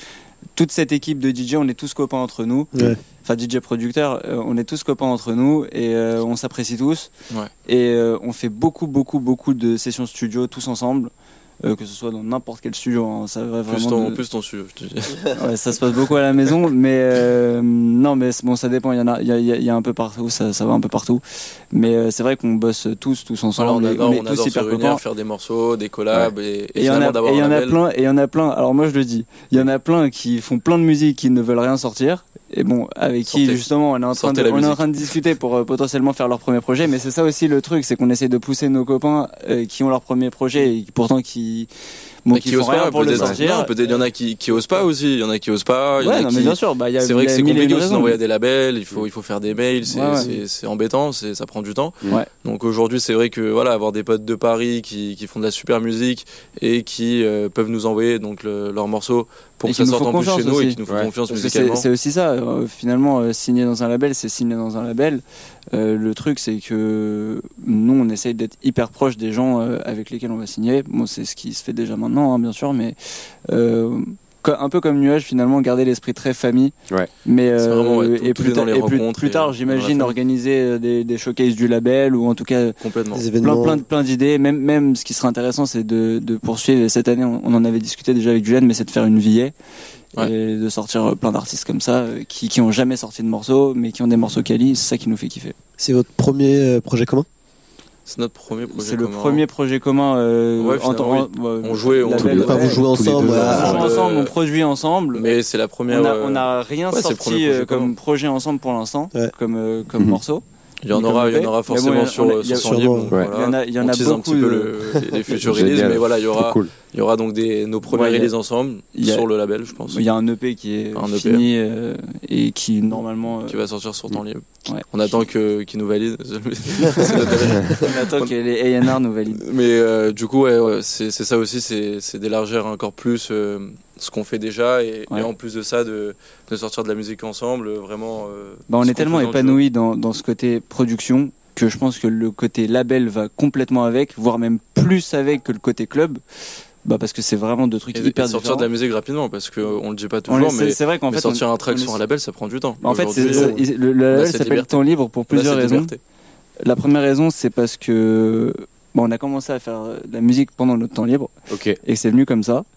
toute cette équipe de D J, on est tous copains entre nous. Ouais. Enfin, D J producteurs, euh, on est tous copains entre nous et euh, on s'apprécie tous. Ouais. Et euh, on fait beaucoup, beaucoup, beaucoup de sessions studio tous ensemble. Euh, que ce soit dans n'importe quel studio, hein, ça va Plus vraiment. ton, de... plus ton studio, je te dis. Ouais, ça se passe beaucoup à la maison, mais euh, non, mais bon, ça dépend. Il y en a, il y a, il y a un peu partout, ça, ça va un peu partout. Mais euh, c'est vrai qu'on bosse tous, tous ensemble. Voilà, on adore, on est on tous adore se hyper réunir, copains. faire des morceaux, des collabs, et, et, Et il y en finalement a, d'avoir et il y un en a label. plein, et il y en a plein. Alors moi je le dis, il y en a plein qui font plein de musique, qui ne veulent rien sortir. Et bon, avec qui Sortez. justement on est en train Sortez de, la on est en musique. train de discuter pour euh, potentiellement faire leur premier projet. Mais c'est ça aussi le truc, c'est qu'on essaie de pousser nos copains euh, qui ont leur premier projet et qui, pourtant qui bon, Mais qui, qui font osent rien pas, pour le peut-être. sortir. Non, peut-être il y en a qui, qui osent pas aussi. Il y en a qui osent pas. Il y en Ouais, a non, qui... mais bien sûr, bah, il y a C'est vrai que c'est mille et une compliqué aussi raisons. d'envoyer à des labels. Il faut, il faut faire des mails. C'est, Ouais, ouais. c'est, c'est embêtant. C'est, ça prend du temps. Ouais. Donc aujourd'hui, c'est vrai que voilà, avoir des potes de Paris qui, qui font de la super musique et qui euh, peuvent nous envoyer donc le- leurs morceaux pour Et que qui ça nous sorte font en plus chez confiance nous et aussi. qui nous font Ouais. confiance Parce que c'est, musicalement. c'est aussi ça, euh, finalement, euh, signer dans un label, c'est signer dans un label. Euh, le truc, c'est que nous, on essaye d'être hyper proche des gens euh, avec lesquels on va signer. Bon, c'est ce qui se fait déjà maintenant, hein, bien sûr, mais euh, co- un peu comme Nuage, finalement, garder l'esprit très famille. Ouais. Mais C'est euh, vraiment, ouais, tout- et tout plus est dans tard, les et plus, rencontres plus et tard, dans la j'imagine famille. organiser euh, des, des showcases du label ou en tout cas Complètement. Des plein, événements. plein, de- plein d'idées. Même, même, ce qui serait intéressant, c'est de, de poursuivre. Et cette année, on, on en avait discuté déjà avec Julien, mais c'est de faire une V A. Ouais. Et de sortir plein d'artistes comme ça euh, qui, qui ont jamais sorti de morceaux mais qui ont des morceaux quali, c'est ça qui nous fait kiffer. C'est votre premier euh, projet commun? C'est notre premier projet. C'est le commun. premier projet commun. Euh, Ouais, en finalement, temps- ouais, On jouait, on- label, tous les- ouais. Enfin, vous jouez tous les ensemble. deux, On à- joue Euh, ensemble, on produit ensemble. Mais c'est la première. on a, euh, on a rien ouais, c'est le sorti premier projet euh, comme commun. projet ensemble pour l'instant, Ouais. comme, euh, comme Mhm. morceau. Il y en Ni aura, comme il y en fait. aura Mais forcément bon, sur, on a- il y a- sur son livre. donc Ouais. voilà. Il y en a, il y en on a tease un beaucoup. petit peu de- le- les futurs Génial. releases, mais voilà, il y aura, Trop cool. il y aura donc des, nos premiers Ouais, il y a- releases ensemble il y a- sur le label, je pense, Il y a un E P qui est Un E P. fini euh, et qui normalement. euh, qui va sortir sur temps libre. ouais. On attend que qu'ils nous valident. C'est notre délai. On attend que les A and R nous valident. Mais euh, du coup, ouais, ouais, c'est c'est ça aussi, c'est c'est d'élargir encore plus euh, ce qu'on fait déjà et, Ouais. et en plus de ça, de, de sortir de la musique ensemble, vraiment. euh, Bah, on ce est qu'on tellement fait dans le épanoui dans, dans ce côté production que je pense que le côté label va complètement avec, voire même plus avec que le côté club. Bah parce que c'est vraiment deux trucs jeu. Et, hyper et sortir différents. de la musique rapidement, parce qu'on le dit pas On toujours, est- c'est, mais, c'est vrai qu'en mais fait, sortir on- un track on est- sur un label, ça prend du temps. Bah, en fait, c'est, Aujourd'hui, c'est- le, le on a label cette s'appelle liberté. Temps Libre pour on a plusieurs cette raisons. liberté. La première raison, c'est parce que bon, on a commencé à faire de la musique pendant notre temps libre Ok. et que c'est venu comme ça.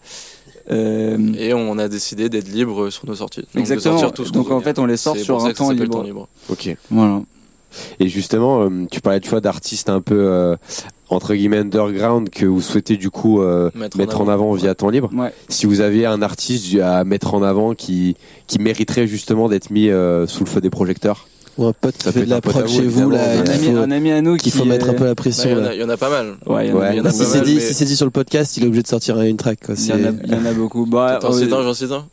Euh, Et on a décidé d'être libre sur nos sorties. Donc, de Exactement. sortir tout ce qu'on Donc, veut en bien. fait, on les sort C'est sur pour ça un que ça temps s'appelle libre. temps libre. Ok. Voilà. Et justement, euh, tu parlais, tu vois, d'artistes un peu euh, entre guillemets underground que vous souhaitez du coup euh, Mettre, mettre en avant via temps libre. Ouais. Si vous aviez un artiste à mettre en avant qui qui mériterait justement d'être mis euh, sous le feu des projecteurs. Ou un pote qui Ça fait peut de la être un pote à prod vous, chez vous, là, évidemment. Un qu'il ami, faut, un ami à nous qu'il qui faut mettre est- un peu la Bah, pression. Il y en là. a- il y en a pas mal. Ouais, il y en a- Ouais. il y en a Bah, pas si c'est mal, dit, mais- si c'est dit sur le podcast, il est obligé de sortir une track. Quoi. Il y en a- C'est- il y en a beaucoup. Bah, T'en euh, cites un, j'en cite un.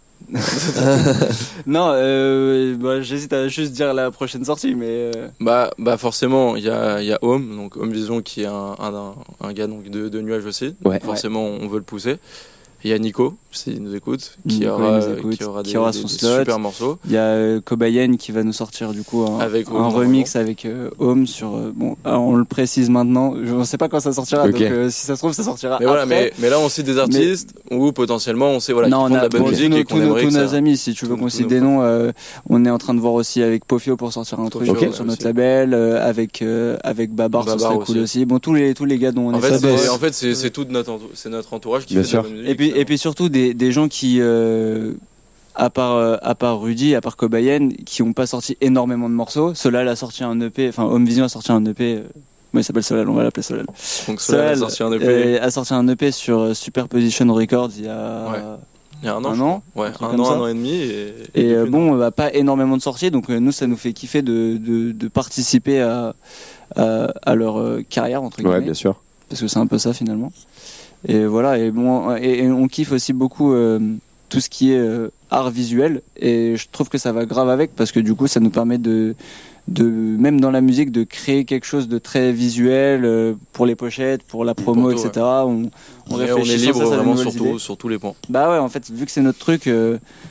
non, euh, bah, j'hésite à juste dire la prochaine sortie, mais euh, Bah, bah forcément, il y a, il y a Home, donc Home Vision qui est un, un, un gars donc de, de Nuage aussi. Donc Ouais. forcément, on veut le pousser. Il y a Nico, s'il nous écoute, qui Nico, aura, il nous écoute, qui aura des, qui aura des- son des slot. super morceaux. il y a euh, Kobayen qui va nous sortir du coup un, Avec un Home, remix avec euh, Home sur. euh, bon, alors, on le précise maintenant. Je ne sais pas quand ça sortira, Ok. donc euh, si ça se trouve, ça sortira Mais après. voilà, mais, mais là on cite des artistes où potentiellement on sait voilà, non, qu'ils on font de a la bonne bon, musique tous nos, et qu'on tous nos- aimerait tous que nos ça... amis, si tu veux tous- qu'on tous cite nos des potes. noms, euh, on est en train de voir aussi avec Pofio pour sortir un truc Pofio, euh, ouais, sur aussi. notre label, euh, avec euh, avec Babar, ce Babar serait cool aussi. aussi. Bon, tous les tous les gars dont on En est fait, ça fan. bosse. c'est, en fait, c'est, c'est tout notre, entou- c'est notre entourage qui Bien fait sûr. de la bonne musique. Et puis, et puis surtout des, des gens qui, euh, à part, euh, à part Rudy, à part Kobayen, qui ont pas sorti énormément de morceaux. Solal a sorti un E P, enfin Home Vision a sorti un E P. Euh, ouais, il s'appelle Solal, on va l'appeler Solal. Donc Solal a Solal, sorti un E P euh, a sorti un E P sur euh, Superposition Records il y a Ouais. il y a un an. un je an. crois. Ouais, un truc un comme an, ça. un an et demi. Et, Et euh, depuis, bon, non. on va pas énormément de sorties, donc euh, nous, ça nous fait kiffer de, de, de participer à, à, à leur euh, carrière entre guillemets. Ouais, bien sûr. Parce que c'est un peu ça finalement. Et voilà, et, bon, et, et on kiffe aussi beaucoup euh, tout ce qui est euh, art visuel, et je trouve que ça va grave avec, parce que du coup ça nous permet de, de même dans la musique, de créer quelque chose de très visuel euh, pour les pochettes, pour la promo, Pour tout, et cetera. On, on on est, on réfléchit est sans libre cesse à de vraiment nouvelles sur, idées. tout- sur tous les points. Bah ouais, en fait, vu que c'est notre truc, euh,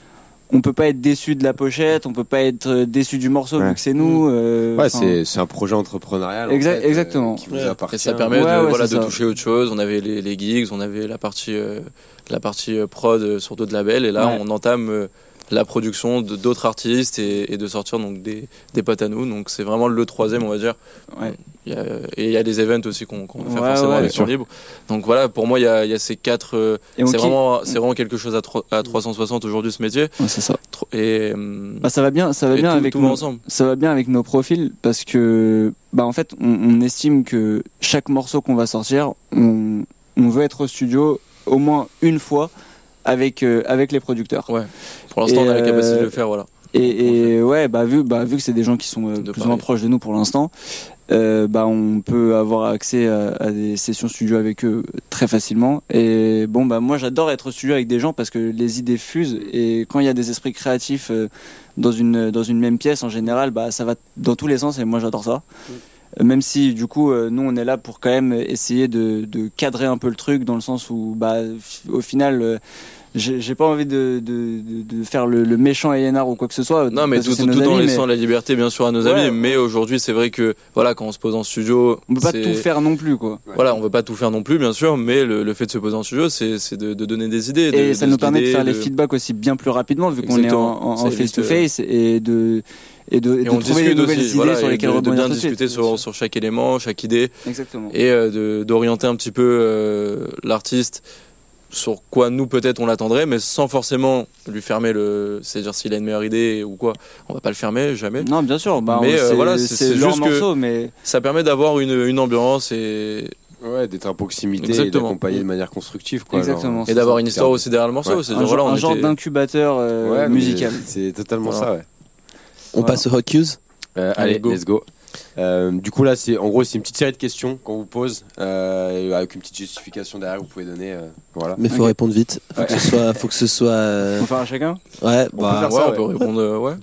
on peut pas être déçu de la pochette, on peut pas être déçu du morceau Ouais. vu que c'est nous. Euh, Ouais, enfin, c'est c'est un projet entrepreneurial. Exact- en fait, exactement. euh, qui vous Ouais. appartient. Et ça permet Ouais, de, ouais, voilà, c'est de ça. toucher autre chose. On avait les, les gigs, on avait la partie, euh, la partie euh, prod euh, sur d'autres labels. Et là, Ouais. on entame euh, la production de d'autres artistes et, et de sortir donc des, des potes à nous. Donc c'est vraiment le troisième, on va dire. Ouais. Il y a, et il y a des events aussi qu'on qu'on fait Ouais, forcément ouais, avec bien temps libre. Donc voilà, pour moi, il y a, il y a ces quatre. euh, Et on c'est kiffe- vraiment, c'est vraiment quelque chose à, tro- à trois cent soixante aujourd'hui ce métier. Ouais, c'est ça. Tro- Et, hum, Bah, ça va bien, ça va et bien tout, avec tout nous. va ensemble. Ça va bien avec nos profils parce que bah en fait on, on estime que chaque morceau qu'on va sortir on, on veut être au studio au moins une fois avec euh, avec les producteurs Ouais. Pour l'instant, Et, on a la capacité euh, de le faire, voilà. et, et ouais bah vu bah vu que c'est des gens qui sont euh, De plus ou moins Paris. proches de nous pour l'instant euh, bah on peut avoir accès à, à des sessions studio avec eux très facilement et bon bah moi j'adore être au studio avec des gens parce que les idées fusent et quand il y a des esprits créatifs euh, dans une dans une même pièce en général bah ça va dans tous les sens et moi j'adore ça. Euh, même si du coup euh, nous on est là pour quand même essayer de, de cadrer un peu le truc dans le sens où bah f- au final euh, j'ai j'ai pas envie de, de, de, de faire le, le méchant A and R ou quoi que ce soit. Non, mais parce que tout, c'est tout nos en amis, laissant mais la liberté, bien sûr, à nos Ouais. amis. Mais aujourd'hui, c'est vrai que, voilà, quand on se pose en studio, on peut pas c'est- tout faire non plus quoi. Voilà, on veut pas tout faire non plus, bien sûr, mais le, le fait de se poser en studio, c'est c'est de, de donner des idées. Et de, ça de nous se permet de guider, faire les de- feedbacks aussi bien plus rapidement vu qu'on est en, Exactement. en, Ça en évite, face to face et de et de, et Et de on trouver des discute nouvelles aussi, idées voilà, sur et lesquelles de, de rebondir bien tout de suite. discuter sur, sur chaque élément, chaque idée, Exactement. et euh, de- d'orienter un petit peu euh, l'artiste sur quoi nous peut-être on l'attendrait, mais sans forcément lui fermer le. C'est-à-dire s'il a une meilleure idée ou quoi, on va pas le fermer, jamais. Non, bien sûr. Bah, Mais, on- euh, c'est voilà, c'est- c'est c'est leur juste que- morceau, mais Ça permet d'avoir une, une ambiance et, Ouais, d'être à proximité Exactement. et d'accompagner de manière constructive, quoi. Exactement. genre, et d'avoir ça, une histoire c'est- aussi derrière le morceau. Ouais. C'est-à-dire, un, voilà, genre, on un genre était- d'incubateur euh, Ouais, mais musical. C'est totalement Voilà. ça, ouais. On Voilà. passe au hot cues. Euh, Allez, allez, go. let's go. Euh, du coup, là, c'est en gros, c'est une petite série de questions qu'on vous pose euh, avec une petite justification derrière que vous pouvez donner. euh, voilà. Mais faut Ok. répondre vite. Faut Ouais. que ce soit, faut que ce soit. euh, On peut faire à chacun. Ouais, On peut bah. faire Ouais, ça, on peut répondre, euh, ouais.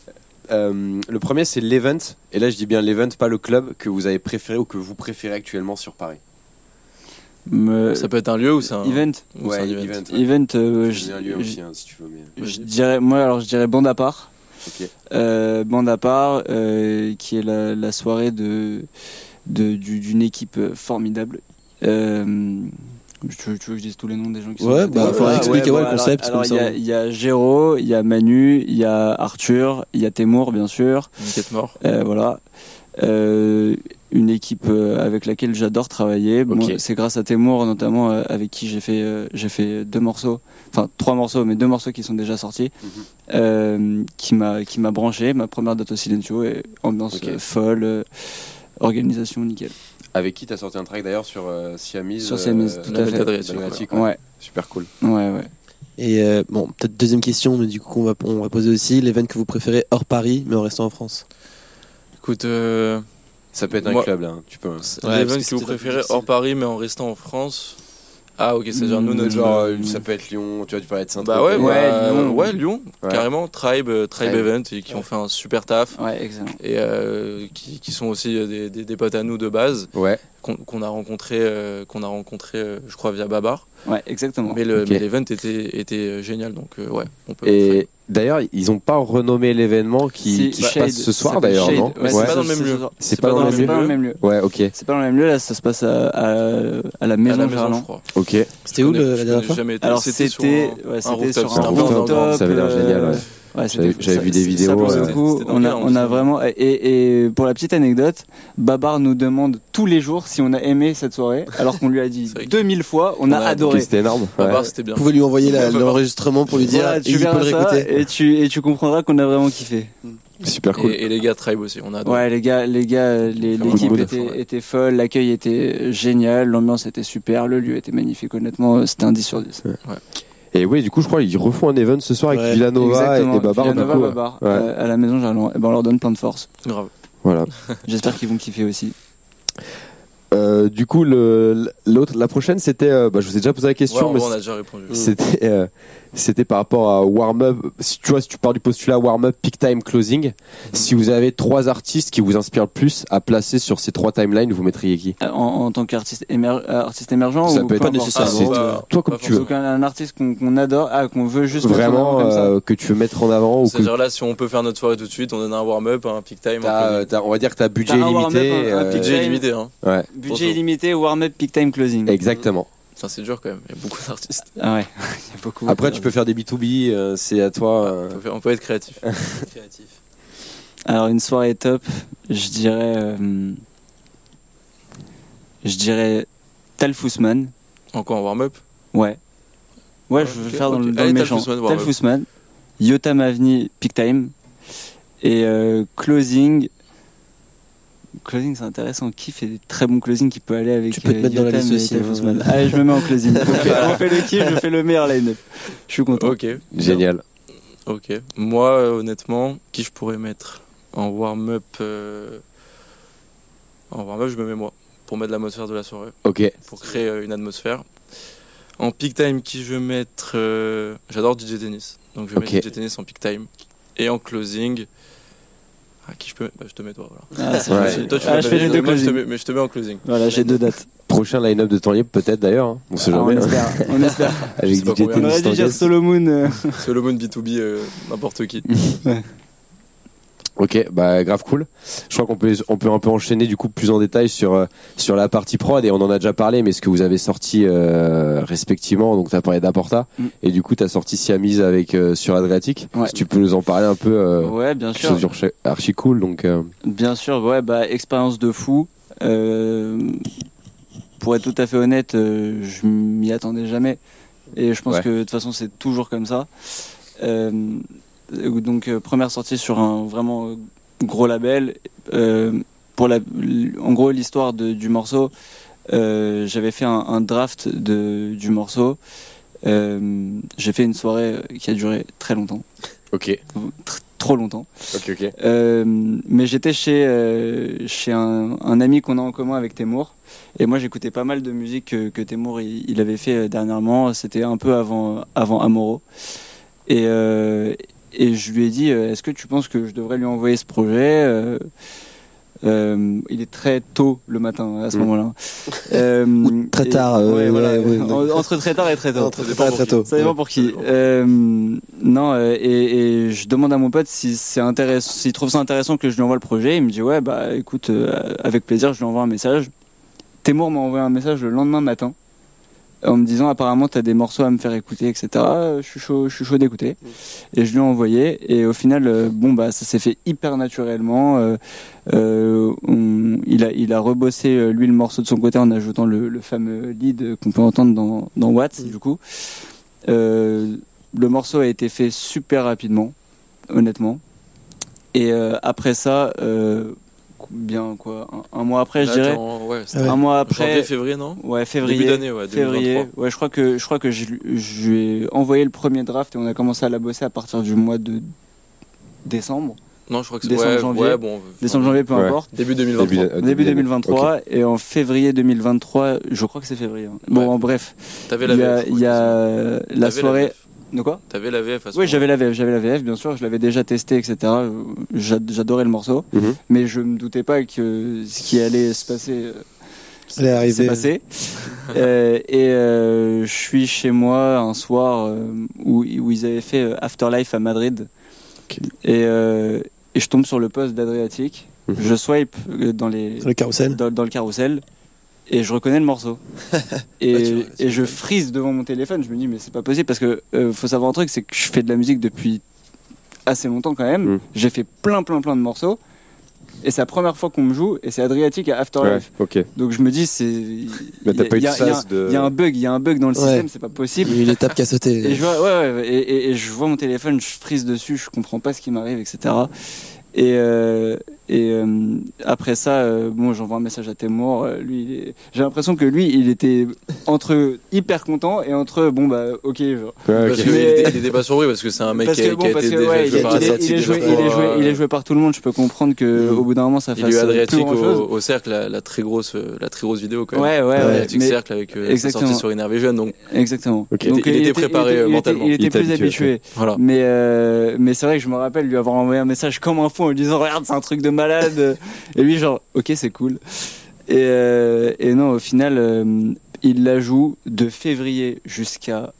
Euh, le premier, c'est l'event. Et là, je dis bien l'event, pas le club que vous avez préféré ou que vous préférez actuellement sur Paris. Me- Ça peut être un lieu ou c'est un. Event. ou c'est un event. event. ouais. Event. euh, Je je, dis un lieu je- aussi, hein, si tu veux. Mais... je dirais, moi, alors je dirais bande à part. Ok. Euh, bande à part, euh, qui est la, la soirée de, de du- d'une équipe euh, formidable. Euh, tu, veux, tu veux que je dise tous les noms des gens qui sont Ouais, là bah, Ouais, faudrait ouais, expliquer, ouais, ouais, bon, le concept, alors- comme alors, ça, Il y a- il y, a Géraud, il y a Manu, il y a Arthur, il y a Témour, bien sûr. Une quête mort. Euh, voilà. Euh, une équipe euh, avec laquelle j'adore travailler. Bon, Ok. c'est grâce à Témour notamment euh, avec qui j'ai fait euh, j'ai fait deux morceaux, enfin trois morceaux, mais deux morceaux qui sont déjà sortis, Mhm. euh, qui m'a qui m'a branché. Ma première date au Silencio et ambiance Ok. euh, folle, euh, organisation nickel. Avec qui t'as sorti un track d'ailleurs sur euh, Siamese Sur Siamese, euh, tout à fait. d'Adriatique, Adriatique, ouais. Ouais, Super cool. ouais, ouais. Et euh, bon, peut-être deuxième question, mais du coup, on va, on va poser aussi l'event que vous préférez hors Paris, mais en restant en France. Écoute, euh, Ça peut être un Moi- club là, hein, tu peux. hein. c'est Ouais, l'event parce que que vous c'était la plus préférez difficile. hors Paris mais en restant en France. Ah, ok, c'est-à-dire nous, Mmh, notre. Genre, euh, ça peut être Lyon, tu vois, tu peux être Saint-Tropez. Bah ouais, Ouais, bah, Lyon. ouais, Lyon, Ouais. carrément, Tribe, euh, Tribe Tribe. Event, et qui ont fait un super taf, Ouais, excellent. et euh, qui, qui sont aussi euh, des, des, des potes à nous de base, Ouais. qu'on qu'on a rencontré, euh, qu'on a rencontré, euh, je crois, via Babar. Ouais, exactement. Mais le- Ok. mais l'event était, était euh, génial, donc euh, ouais, on peut. Et d'ailleurs, ils ont pas renommé l'événement qui, Si, qui bah, se passe Shade, ce ça soir s'appelle d'ailleurs, Shade. non Mais c'est Ouais. pas dans le ça, même ça, lieu. ça, C'est pas dans le même c'est lieu. pas dans le même lieu. Ouais, ok, C'est pas dans le même lieu, là, ça se passe à, à, à la à maison, la maison, Gerland. je crois. ok. C'était où Je connais- le- je la dernière connais fois jamais été. Alors C'était c'était sur un- ouais, un c'était rooftop, sur c'était un un rooftop, rooftop. ça avait l'air génial, ouais. Ouais, J'avais- c'était- j'avais ça- vu des ça, vidéos, pour le ouais. coup, C'était on a, dingue, on a hein, vraiment. Et, et pour la petite anecdote, Babar nous demande tous les jours si on a aimé cette soirée, alors qu'on lui a dit C'est vrai que- deux mille fois, on a On a adoré. Ok, c'était énorme. À Ouais. part, c'était bien. Vous pouvez lui envoyer la- Ouais, l'enregistrement pour lui dire, Voilà, et tu il peut verras le ça réécouter. et tu, et tu comprendras qu'on a vraiment kiffé. Super cool. Et, et les gars Tribe aussi, on a adoré. Ouais, les gars, les gars, les- Faire l'équipe beaucoup de était, fois, ouais. était folle, l'accueil était génial, l'ambiance était super, le lieu était magnifique. Honnêtement, c'était un dix sur dix. Et oui, du coup, je crois qu'ils refont un event ce soir avec Ouais, Villanova et, Exactement. et Babar. du Villanova, coup, Babar, ouais. euh, à la maison Gerland. Et ben on leur donne plein de force. Grave. Voilà. J'espère qu'ils vont kiffer aussi. Euh, du coup, le, l'autre, la prochaine, c'était. euh, bah, je vous ai déjà posé la question, Ouais, en mais vrai, on a déjà répondu. c'était, euh, c'était par rapport à warm-up. Si tu vois, si tu pars du postulat warm-up, peak time, closing, mmh. si vous avez trois artistes qui vous inspirent le plus à placer sur ces trois timelines, vous mettriez qui? En, en tant qu'artiste émer- artiste émergent ça ou peut être pas nécessairement. Ah, toi comme tu veux. Donc un, un artiste qu'on, qu'on adore, ah, qu'on veut juste vraiment mettre en avant comme euh, ça. que tu veux mettre en avant. C'est-à-dire ou que... là, si on peut faire notre soirée tout de suite, on donne un warm-up, un peak time. T'as, un t'as, on va dire que t'as budget T'as un illimité. warm-up, un- un euh, peak budget time. illimité. Hein. Ouais. Budget illimité, warm-up, peak time, closing. Exactement. Ça, c'est dur quand même. Il y a beaucoup d'artistes. Ah ouais, il y a beaucoup. Après, tu peux faire des B deux B, euh, c'est à toi. euh. On peut, faire- on peut être créatif. Créatif. Alors une soirée top, je dirais, euh, je dirais Tal Fussman. Encore un warm-up. Ouais. Ouais, Ouais, je vais ok, faire dans, ok. le, dans Allez, le Tal méchant. Fussman, Tal warm-up. Fussman, Yota Mavni, peak time, et euh, closing. Closing, c'est intéressant. Qui fait des très bons closing qui peut aller avec Tu peux te euh, mettre dans la Yotam liste et aussi, Tal hein. Fussman. Allez, je me mets en closing. On fait, on fait le kiff, je fais le meilleur line-up. Je suis content. Ok. Génial. Ok. Moi, euh, honnêtement, qui je pourrais mettre en warm-up euh, En warm-up, je me mets moi, pour mettre l'atmosphère de la soirée, Ok. pour créer euh, une atmosphère. En peak time, qui je vais mettre euh, J'adore D J Tennis, donc je vais Ok. mettre D J Tennis en peak time. Et en closing, ah, qui je peux mettre bah, Je te mets toi, voilà. Ah, c'est Ouais. gentil. Toi, tu Ah, mets je ta fais les vie, deux moi, je te closing. mets- mais je te mets en closing. Voilà, j'ai deux dates. Prochain line-up de temps libre, peut-être d'ailleurs. Hein. On sait Ah, on jamais. hein. espère, on espère. Je Avec sais pas D J combien. On aurait Tennis dû dire Tanguez. Solomon. euh. Solomon B deux B, euh, n'importe qui. Ok, bah grave cool. Je crois qu'on peut on peut un peu enchaîner du coup plus en détail sur euh, sur la partie prod et on en a déjà parlé, mais ce que vous avez sorti euh, respectivement. Donc t'as parlé d'Aporta Mm. et du coup t'as sorti Siamese avec euh, sur Adriatic. Ouais. Si tu peux nous en parler un peu. Euh, Ouais, bien quelque sûr. chose d'archi- archi cool. Donc euh, Bien sûr, ouais, bah, expérience de fou. Euh, pour être tout à fait honnête, euh, je m'y attendais jamais. Et je pense Ouais. que de toute façon, c'est toujours comme ça. Euh, donc, euh, première sortie sur un vraiment euh, gros label. Euh, pour la, en gros, l'histoire de- du morceau, euh, j'avais fait un, un draft de, du morceau. Euh, j'ai fait une soirée qui a duré très longtemps. ok, Tr- trop longtemps. ok, ok. Euh, mais j'étais chez, euh, chez un, un ami qu'on a en commun avec Temur. Et moi, j'écoutais pas mal de musique que, que Temur il, il avait fait euh, dernièrement. C'était un peu avant, avant Amoro. Et, euh, et je lui ai dit euh, est-ce que tu penses que je devrais lui envoyer ce projet Euh, euh, Il est très tôt le matin à ce Mm. moment-là. Euh, Ou très et- tard, euh, ouais, voilà. ouais, ouais. En- Entre très tard et très tôt. Entre très tard et très tôt. Ça dépend pour qui. Euh, non, euh, et, et je demande à mon pote si c'est intéressant, s'il trouve ça intéressant que je lui envoie le projet. Il me dit ouais, bah écoute, euh, avec plaisir, je lui envoie un message. Temur m'a envoyé un message le lendemain matin en me disant apparemment t'as des morceaux à me faire écouter, et cetera. Je suis chaud, je suis chaud d'écouter. Et je lui ai envoyé. Et au final, euh, bon bah ça s'est fait hyper naturellement. Euh, euh, on- il a, il a rebossé euh, lui le morceau de son côté en ajoutant le, le fameux lead qu'on peut entendre dans, dans Watts, du coup. Euh, le morceau a été fait super rapidement, honnêtement. Et euh, après ça, euh, bien quoi, un, un mois après, je Là, dirais. t'es en- ouais, c'était Ouais. Un mois après. janvier, février, non Ouais, février. Début d'année, ouais, Février. deux mille vingt-trois. Ouais, je crois que je crois que je, je lui ai envoyé le premier draft et on a commencé à la bosser à partir du mois de décembre. Non, je crois que c'est Décembre, ouais, janvier. ouais, bon, Décembre, janvier, peu Ouais. importe. Début deux mille vingt-trois. Début, euh, Début deux mille d'année. vingt-trois Ok. et en février deux mille vingt-trois, je crois que c'est février. hein. Bon, Ouais. en bref, T'avais il la y V F. a, je crois, il y a de toute façon. la T'avais soirée. V F. De quoi? T'avais la V F à ce Oui, moment-là. j'avais la V F, j'avais la V F, bien sûr, je l'avais déjà testé, et cetera. J'ad- J'adorais le morceau, Mhm. mais je me doutais pas que ce qui allait se passer euh, Elle est s'est arrivée. passé. Euh, et euh, je suis chez moi un soir euh, où, où ils avaient fait euh, Afterlife à Madrid. Ok. Et, euh, et je tombe sur le post d'Adriatic. Mhm. Je swipe euh, dans, les, Le carrousel. dans, dans le carrousel et je reconnais le morceau. et, Ouais, tu vois, et je frise devant mon téléphone. Je me dis, mais c'est pas possible parce que euh, faut savoir un truc, c'est que je fais de la musique depuis assez longtemps quand même. Mhm. J'ai fait plein, plein, plein de morceaux. Et c'est la première fois qu'on me joue, et c'est Adriatic à Ouais, Afterlife. ok. Donc je me dis, c'est. Mais t'as pas eu de il y a- il y a- sas de- Il y a un bug, il y a un bug dans le Ouais. système, c'est pas Il possible. y a eu une étape qui a sauté. Et je vois, ouais, ouais, et, et- et je vois mon téléphone, je frise dessus, je comprends pas ce qui m'arrive, et cetera. Et, euh, et euh, après ça, euh, bon, j'envoie un message à Temur. euh, Lui, il est- j'ai l'impression que lui, il était entre hyper content et entre bon bah ok genre. Ouais, Parce ok. qu'il Mais- était, il était pas surpris parce que c'est un mec Parce qui a, que bon, qui a parce été que déjà ouais, joué il, par il est- Adriatic il est deux joué, fois. il est joué, il est joué par tout le monde. Je peux comprendre que Mm. au bout d'un moment ça Il fasse y a eu plus Adriatic grand chose. au, au cercle, la, la très grosse, euh, la très grosse vidéo quand même. Ouais, ouais, ouais. Adriatic mais- cercle avec euh, sa Exactement. sortie sur Énervé Jeune, donc Exactement. Ok. Donc, Il était préparé, il était, euh, mentalement. Il était, Il était plus habitué, habitué. voilà. Mais euh, mais c'est vrai que je me rappelle lui avoir envoyé un message comme un fou en lui disant regarde c'est un truc de malade et lui genre ok c'est cool et euh, et non au final euh, il la joue de février jusqu'à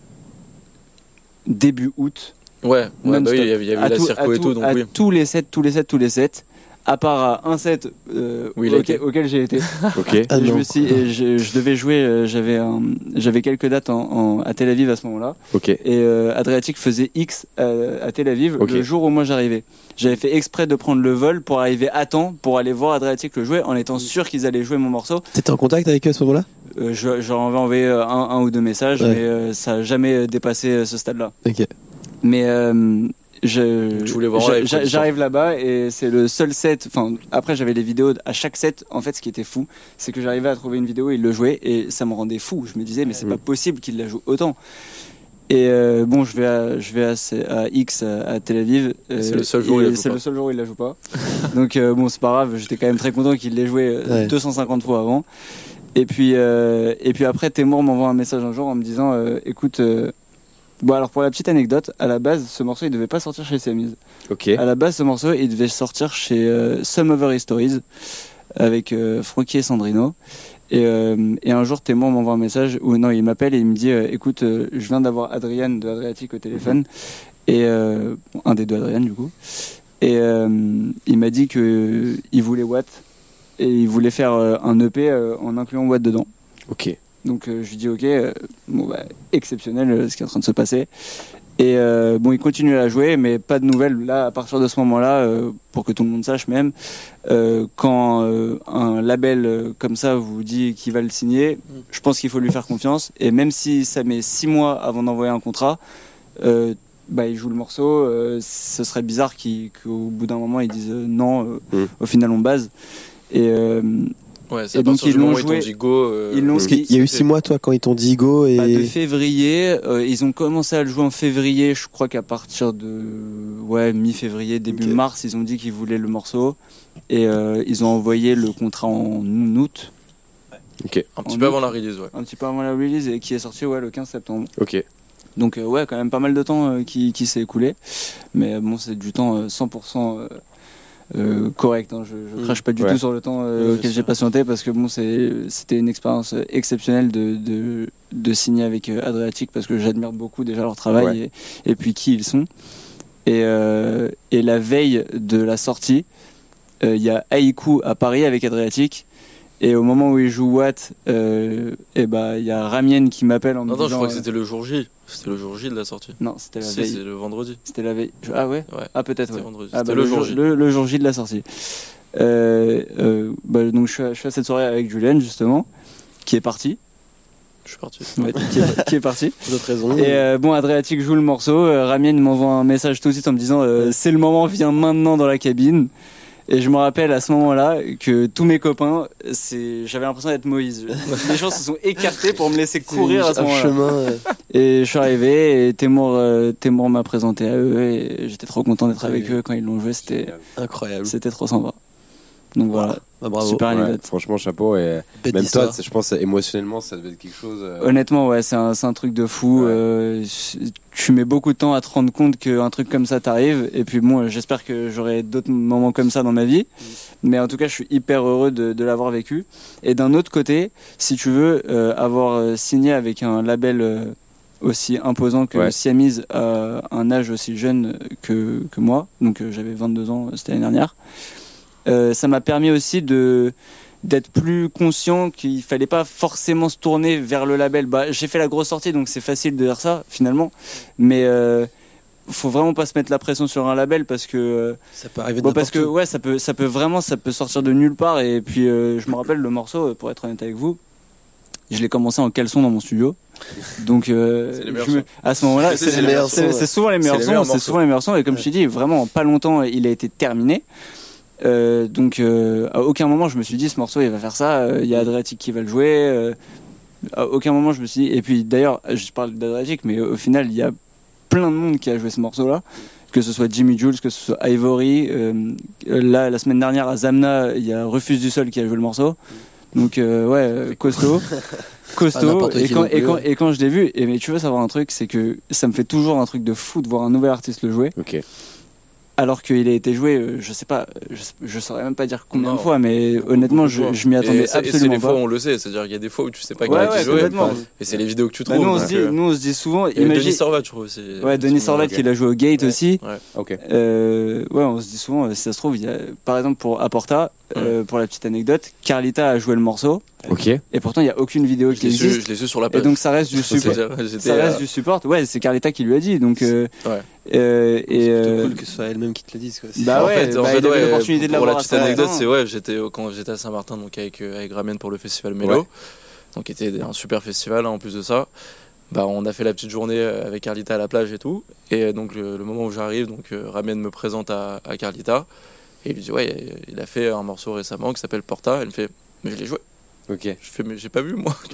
début août. Ouais, ouais bah Non-stop. oui, il y avait, il y avait À la tout- circo à et tout- tout, donc à oui. tous les sets, tous les sets, tous les sets. À part à un set euh, Oui, il a auquel, été. auquel j'ai été. Ok. Ah Et je non. me suis, et je, je devais jouer. euh, J'avais un, j'avais quelques dates en, en- à Tel Aviv à ce moment-là. Ok. Et euh, Adriatic faisait X à, à Tel Aviv Ok. le jour où moi j'arrivais. J'avais fait exprès de prendre le vol pour arriver à temps pour aller voir Adriatic le jouer en étant sûr qu'ils allaient jouer mon morceau. T'étais en contact avec eux à ce moment-là? Euh, je, je leur avais envoyé euh, un, un ou deux messages, Ouais. mais euh, ça n'a jamais dépassé euh, ce stade-là. Ok. Mais euh, je, Tu voulais voir en j'a- live, j'a- quoi, j'arrive là-bas et c'est le seul set. Enfin, après j'avais les vidéos à chaque set. En fait, ce qui était fou, c'est que j'arrivais à trouver une vidéo, il le jouait et ça me rendait fou. Je me disais, mais c'est Mhm. pas possible qu'il la joue autant. Et euh, bon, je vais à, je vais à, à X à, à Tel Aviv. Et euh, c'est le seul jour où il et la joue c'est pas. le seul jour où il la joue pas. Donc euh, bon, c'est pas grave. J'étais quand même très content qu'il l'ait joué euh, Ouais. deux cent cinquante fois avant. Et puis euh, et puis après, Témour m'envoie un message un jour en me disant, euh, écoute. euh, Bon alors pour la petite anecdote, à la base ce morceau il devait pas sortir chez Samiz. Ok. À la base ce morceau il devait sortir chez euh, Some Other Stories avec euh, Francky et Sandrino. Et, euh, et un jour Témoin m'envoie un message où non il m'appelle et il me dit euh, écoute euh, je viens d'avoir Adrien de Adriatic au téléphone et euh, bon, un des deux Adrien du coup et euh, il m'a dit que euh, il voulait Watt et il voulait faire euh, un E P euh, en incluant Watt dedans. Ok. Donc euh, je lui dis ok, euh, bon bah exceptionnel euh, ce qui est en train de se passer. Et euh, bon, il continue à la jouer, mais pas de nouvelles. Là, à partir de ce moment-là, euh, pour que tout le monde sache même, euh, quand euh, un label euh, comme ça vous dit qu'il va le signer, je pense qu'il faut lui faire confiance. Et même si ça met six mois avant d'envoyer un contrat, euh, bah il joue le morceau. Euh, ce serait bizarre qu'il- qu'au bout d'un moment ils disent euh, non. euh, Mm. Au final, on base. Et euh, Ouais, c'est Et à donc, partir ils du moment l'ont où ils t'ont joué- dit go. euh, ils l'ont- Parce qu'il y a eu six mois, toi, quand ils t'ont dit go et. Bah, de février, euh, ils ont commencé à le jouer en février. Je crois qu'à partir de ouais mi-février, début Ok. mars, ils ont dit qu'ils voulaient le morceau et euh, ils ont envoyé le contrat en août, Ok. Un petit en peu août. avant la release, ouais. un petit peu avant la release et qui est sorti ouais le quinze septembre. Ok. Donc euh, ouais, quand même pas mal de temps euh, qui, qui s'est écoulé, mais euh, bon c'est du temps euh, cent pour cent euh, euh, correct. Hein. Je, je crache pas du Ouais. tout sur le temps euh, Ouais, auquel bien j'ai sûr. patienté parce que bon c'est c'était une expérience euh, exceptionnelle de, de de signer avec euh, Adriatic parce que j'admire beaucoup déjà leur travail Ouais. et, et puis qui ils sont. Et euh, et la veille de la sortie, euh, il y a Haïku à Paris avec Adriatic. Et au moment où il joue Watt, euh, et bah il y a Ramien qui m'appelle en me Non, non, je disant, crois que euh, c'était le jour J. C'était le jour J de la sortie. non, c'était la Si, veille. c'est le vendredi. C'était la veille. Je- Ah ouais. Ouais. Ah peut-être. C'était Ouais. vendredi. Ah, C'était bah, le jour J. Le, le jour J de la sortie. Euh, euh, bah, donc je suis, à, je suis à cette soirée avec Julien justement, qui est parti. Je suis parti. Ouais, qui, est, qui est parti. Pour d'autres raisons. Et euh, bon, Adriatic joue le morceau. Euh, Ramien m'envoie un message tout de suite en me disant euh, c'est le moment, viens maintenant dans la cabine. Et je me rappelle à ce moment-là que tous mes copains, c'est, j'avais l'impression d'être Moïse. Les gens se sont écartés pour me laisser courir à ce un moment-là. chemin. euh, Et je suis arrivé et Témour, euh, Témour m'a présenté à eux et j'étais trop content d'être avec Oui. eux quand ils l'ont joué. C'était, Incroyable. c'était trop sympa. Donc voilà, Bah, bravo. super Ouais, anecdote. franchement, chapeau. Et Bête même d'histoire. toi, c'est- je pense, émotionnellement, ça devait être quelque chose. euh, Honnêtement, ouais, c'est un, c'est un truc de fou. Ouais. Euh, tu mets beaucoup de temps à te rendre compte qu'un truc comme ça t'arrive. Et puis bon, j'espère que j'aurai d'autres moments comme ça dans ma vie. Mais en tout cas, je suis hyper heureux de, de l'avoir vécu. Et d'un autre côté, si tu veux euh, avoir euh, signé avec un label euh, aussi imposant que Ouais. Siamese à un âge aussi jeune que, que moi, donc euh, j'avais vingt-deux ans, euh, c'était l'année dernière, euh, ça m'a permis aussi de d'être plus conscient qu'il fallait pas forcément se tourner vers le label. Bah, j'ai fait la grosse sortie, donc c'est facile de dire ça finalement, mais euh, faut vraiment pas se mettre la pression sur un label parce que euh, Ça peut arriver de bon, parce que n'importe où. ouais, ça peut ça peut vraiment ça peut sortir de nulle part. Et puis euh, je me rappelle le morceau, euh, pour être honnête avec vous, je l'ai commencé en caleçon dans mon studio. Donc euh, C'est les meilleurs je me- sons. à ce moment-là, C'est c'est les meilleurs c'est- sons, c'est souvent les C'est meilleurs les sons, meilleurs c'est morceaux. souvent les meilleurs sons. Et comme je t'ai dit, vraiment en pas longtemps, il a été terminé. Euh, donc euh, à aucun moment je me suis dit ce morceau il va faire ça. Euh, Il y a Adriatic qui va le jouer. Euh, À aucun moment je me suis dit. Et puis d'ailleurs, je parle d'Adregic, mais au final, il y a plein de monde qui a joué ce morceau-là. Que ce soit Jimmy Jules, que ce soit Ivory. Euh, là, la semaine dernière à Zamna, il y a Refuse du Sol qui a joué le morceau. Donc euh, ouais, euh, costaud, costaud. Et quand, et, quand, et quand je l'ai vu, et mais tu veux savoir un truc, c'est que ça me fait toujours un truc de fou de voir un nouvel artiste le jouer. Ok. Alors qu'il a été joué, euh, je sais pas, je, je saurais même pas dire combien Non. de fois, mais honnêtement, je, je m'y attendais et c'est, absolument et c'est les pas. fois où on le sait, c'est-à-dire qu'il y a des fois où tu sais pas qui Ouais, a ouais, joué, complètement. et c'est les vidéos que tu Bah, trouves. nous, on se donc, dit, euh, nous on se dit souvent, et imagine. Denis Sorvat, je trouve aussi. Ouais, Denis Sorvat ok. qui l'a joué au Gate Ouais. aussi. Ouais. Ok. Euh, ouais, on se dit souvent, si ça se trouve, il y a, par exemple pour Aporta, euh, pour la petite anecdote, Carlita a joué le morceau, Ok. et pourtant il y a aucune vidéo Je qui l'ai su, existe. je l'ai su sur la Et page. donc ça reste du support. C'est-à-dire, j'étais, Ça reste euh, du support. Ouais, c'est Carlita qui lui a dit. Donc, euh, Ouais. euh, et C'est plutôt euh, cool que ce soit elle-même qui te le dise. Quoi. C'est- bah en ouais, fait, en bah, fait, il avait ouais, l'opportunité de pour l'avoir la à petite anecdote, Saint-Martin. c'est ouais, j'étais au- quand j'étais à Saint-Martin, donc avec euh, avec Ramien pour le festival Mélo, Ouais. donc qui était un super festival. Hein, en plus de ça, bah on a fait la petite journée euh, avec Carlita à la plage et tout. Et euh, donc le, le moment où j'arrive, donc euh, Ramien me présente à, à Carlita et il lui dit ouais, il a fait un morceau récemment qui s'appelle Porta. Elle me fait mais je l'ai joué. Ok. Je fais mais j'ai pas vu moi.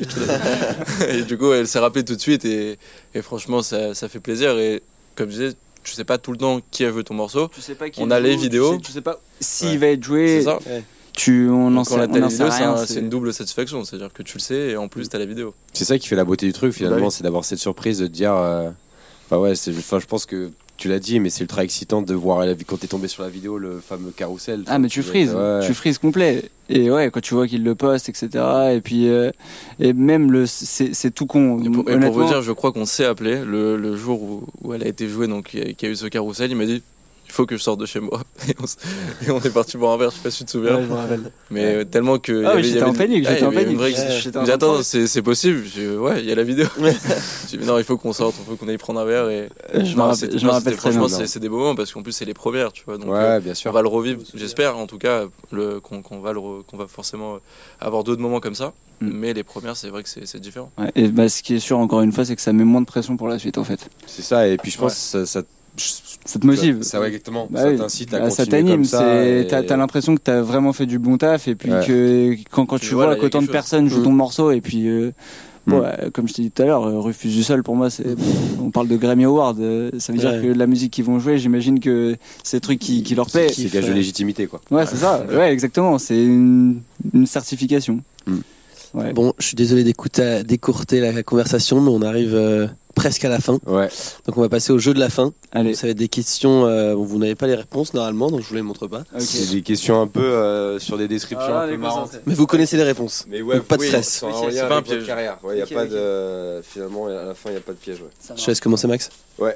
Et du coup elle s'est rappelée tout de suite et, et franchement ça, ça fait plaisir. Et comme je disais, tu sais pas tout le temps qui a joué ton morceau. Tu sais pas qui On il a les joue, vidéos. Tu sais, tu sais pas s'il Ouais. va être joué. C'est ça. Tu, on n'en Donc, quand sait, la on télé n'en sait vidéo, c'est, rien. un- c'est- c'est une double satisfaction, c'est-à-dire que tu le sais et en plus t'as la vidéo. C'est ça qui fait la beauté du truc finalement, Bah oui. c'est d'avoir cette surprise de te dire. euh, Enfin ouais, c'est. Enfin je pense que tu l'as dit, mais c'est ultra excitant de voir la- quand t'es tombé sur la vidéo le fameux carrousel. Ah mais tu frises, Ouais. tu frises complet. Et ouais, quand tu vois qu'il le poste, et cetera. Et puis euh, et même le, c'est, c'est tout con. Et pour, et pour Honnêtement, vous dire, je crois qu'on s'est appelé le, le jour où, où elle a été jouée, donc il y a- qu'il y a eu ce carrousel, il m'a dit il faut que je sorte de chez moi. Et on, s- et on est parti boire un verre, je sais pas si tu te souviens. ouais, je me rappelle. Mais euh, tellement que. il y Ah oui, avait- il y j'étais avait en une- panique, ah, il y j'étais en avait une panique. vraie- Ouais, Je j'étais me en dis, train de attends, prendre- c'est, c'est possible. Je dis, ouais, il y a la vidéo. Je dis, mais non, il faut qu'on sorte, il faut qu'on aille prendre un verre. Et... Je me Non, rappelle- c'était- je me non, rappelle c'était- très bien. Franchement, c'est, c'est des beaux moments parce qu'en plus, c'est les premières, tu vois. Donc, Ouais, euh, bien on sûr. va le revivre, j'espère en tout cas, le, qu'on, qu'on, va le re- qu'on va forcément euh, avoir d'autres moments comme ça. Mm. Mais les premières, c'est vrai que c'est, c'est différent. Ouais, et bah, ce qui est sûr, encore une fois, c'est que ça met moins de pression pour la suite, en fait. C'est ça, et puis je pense Ouais. que ça, ça, Ça te motive. Ça, ouais, exactement. Bah ça oui. t'incite à Bah, ça continuer t'anime, comme ça. c'est, et- t'as, t'as l'impression que t'as vraiment fait du bon taf, et puis Ouais. que quand, quand Tu tu vois, vois là, y a qu'autant de quelque chose. personnes jouent Mm. ton morceau, et puis, euh, Mm. bon, euh, comme je t'ai dit tout à l'heure, euh, Rufus du Sol, pour moi, c'est, on parle de Grammy Award, euh, ça veut dire Ouais. que la musique qu'ils vont jouer, j'imagine que c'est des trucs qui, qui leur plaît. C'est gage de légitimité, quoi. Ouais, c'est ça, ouais, exactement, c'est une, une certification. Mm. Ouais. Bon, je suis désolé d'écouter, d'écourter la conversation, mais on arrive euh, presque à la fin. Ouais. Donc on va passer au jeu de la fin. Allez. Ça va être des questions, euh, bon, vous n'avez pas les réponses normalement, donc je vous les montre pas. Ok. C'est des questions un peu euh, sur des descriptions Ah, un peu les marrantes. concentrés. Mais vous connaissez les réponses. Mais ouais, Donc, pas de oui, stress. sans Ok, un c'est lien pas avec un votre piège. carrière. Ouais, y a Ok, pas ok. de. Finalement, à la fin, il n'y a pas de piège. Ouais. Ça Je te marche. laisse commencer, Max.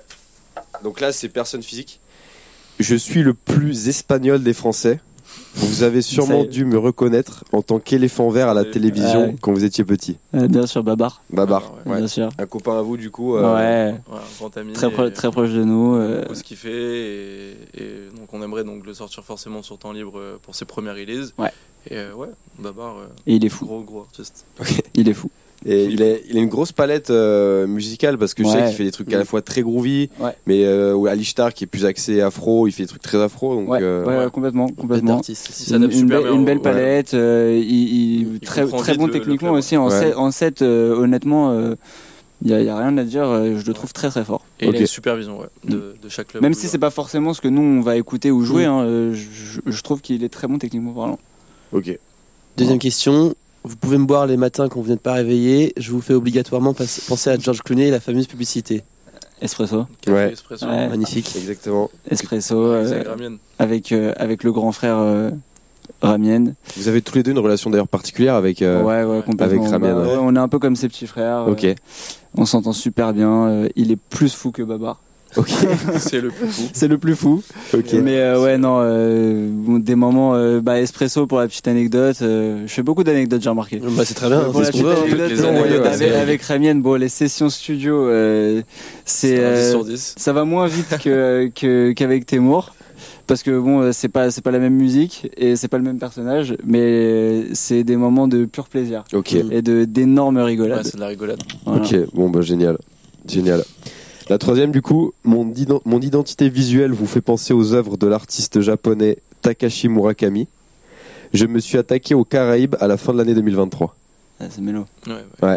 Donc là, c'est personne physique. Je suis le plus espagnol des Français. Vous avez sûrement Ça y est. dû me reconnaître en tant qu'éléphant vert à la Ouais. télévision Ouais. quand vous étiez petit. Euh, bien sûr, Babar, Babar. Ah, Ouais. bien sûr. Un copain à vous, du coup. euh, Ouais, Ouais, un grand ami. très, pro- et- très proche de nous. On aime euh, beaucoup ce qu'il fait et, et donc on aimerait donc le sortir forcément sur temps libre euh, pour ses premières releases. Ouais. Et euh, ouais, Babar, euh, et il est fou, gros gros artiste. il est fou. Et il a, il a une grosse palette euh, musicale parce que je sais Ouais. qu'il fait des trucs à la fois très groovy, Ouais. mais euh, ou Ali Star qui est plus axé afro, il fait des trucs très afro. Donc, Ouais, euh, ouais, ouais. complètement, Complètement. complètement. Artiste aussi. Il s'adapte une, une super belle- bien une belle au- palette, euh, il, il- Il très, comprend très vite bon le- le techniquement club. aussi. En Ouais. set, en set euh, honnêtement, il n'y a, y a rien à dire. euh, Je le trouve très très fort. Et il Ok. a une supervision ouais, de, de chaque club. Même où si il c'est va. pas forcément ce que nous on va écouter ou jouer, Mm. hein, euh, je, je trouve qu'il est très bon techniquement parlant. Ok. Deuxième question. Vous pouvez me boire les matins quand vous n'êtes pas réveillé. Je vous fais obligatoirement pas- penser à George Clooney et la fameuse publicité. Espresso, Café Ouais. Espresso. Ouais. Magnifique. Exactement. espresso Ouais, euh, c'est Gramienne. avec euh, avec le grand frère euh, Ramien. Vous avez tous les deux une relation d'ailleurs particulière avec. euh, ouais, ouais, complètement. avec Ramien, Bah, ouais. ouais, on est un peu comme ses petits frères. euh, Ok. On s'entend super bien. euh, il est plus fou que Babar. Ok. C'est le plus fou. C'est le plus fou. Ok. Mais euh, ouais, non, euh, bon, des moments, euh, bah, Espresso pour la petite anecdote. euh, je fais beaucoup d'anecdotes, j'ai remarqué. Bah, c'est très bien. Pour c'est la ce qu'on petite veut, hein. anecdote, Les euh, anecdotes, avec, c'est- avec Ramien, bon, les sessions studio, euh, c'est, C'est un dix euh, sur dix. ça va moins vite que, que qu'avec Témour. Parce que bon, euh, c'est pas c'est pas la même musique et c'est pas le même personnage, mais c'est des moments de pur plaisir Ok. et de d'énormes Ouais, rigolades. c'est de la rigolade. Voilà. Ok. Bon bah génial. Génial. La troisième du coup, mon, ident- mon identité visuelle vous fait penser aux œuvres de l'artiste japonais Takashi Murakami. Je me suis attaqué aux Caraïbes à la fin de l'année deux mille vingt-trois. Ah, c'est mélo. Ouais, ouais.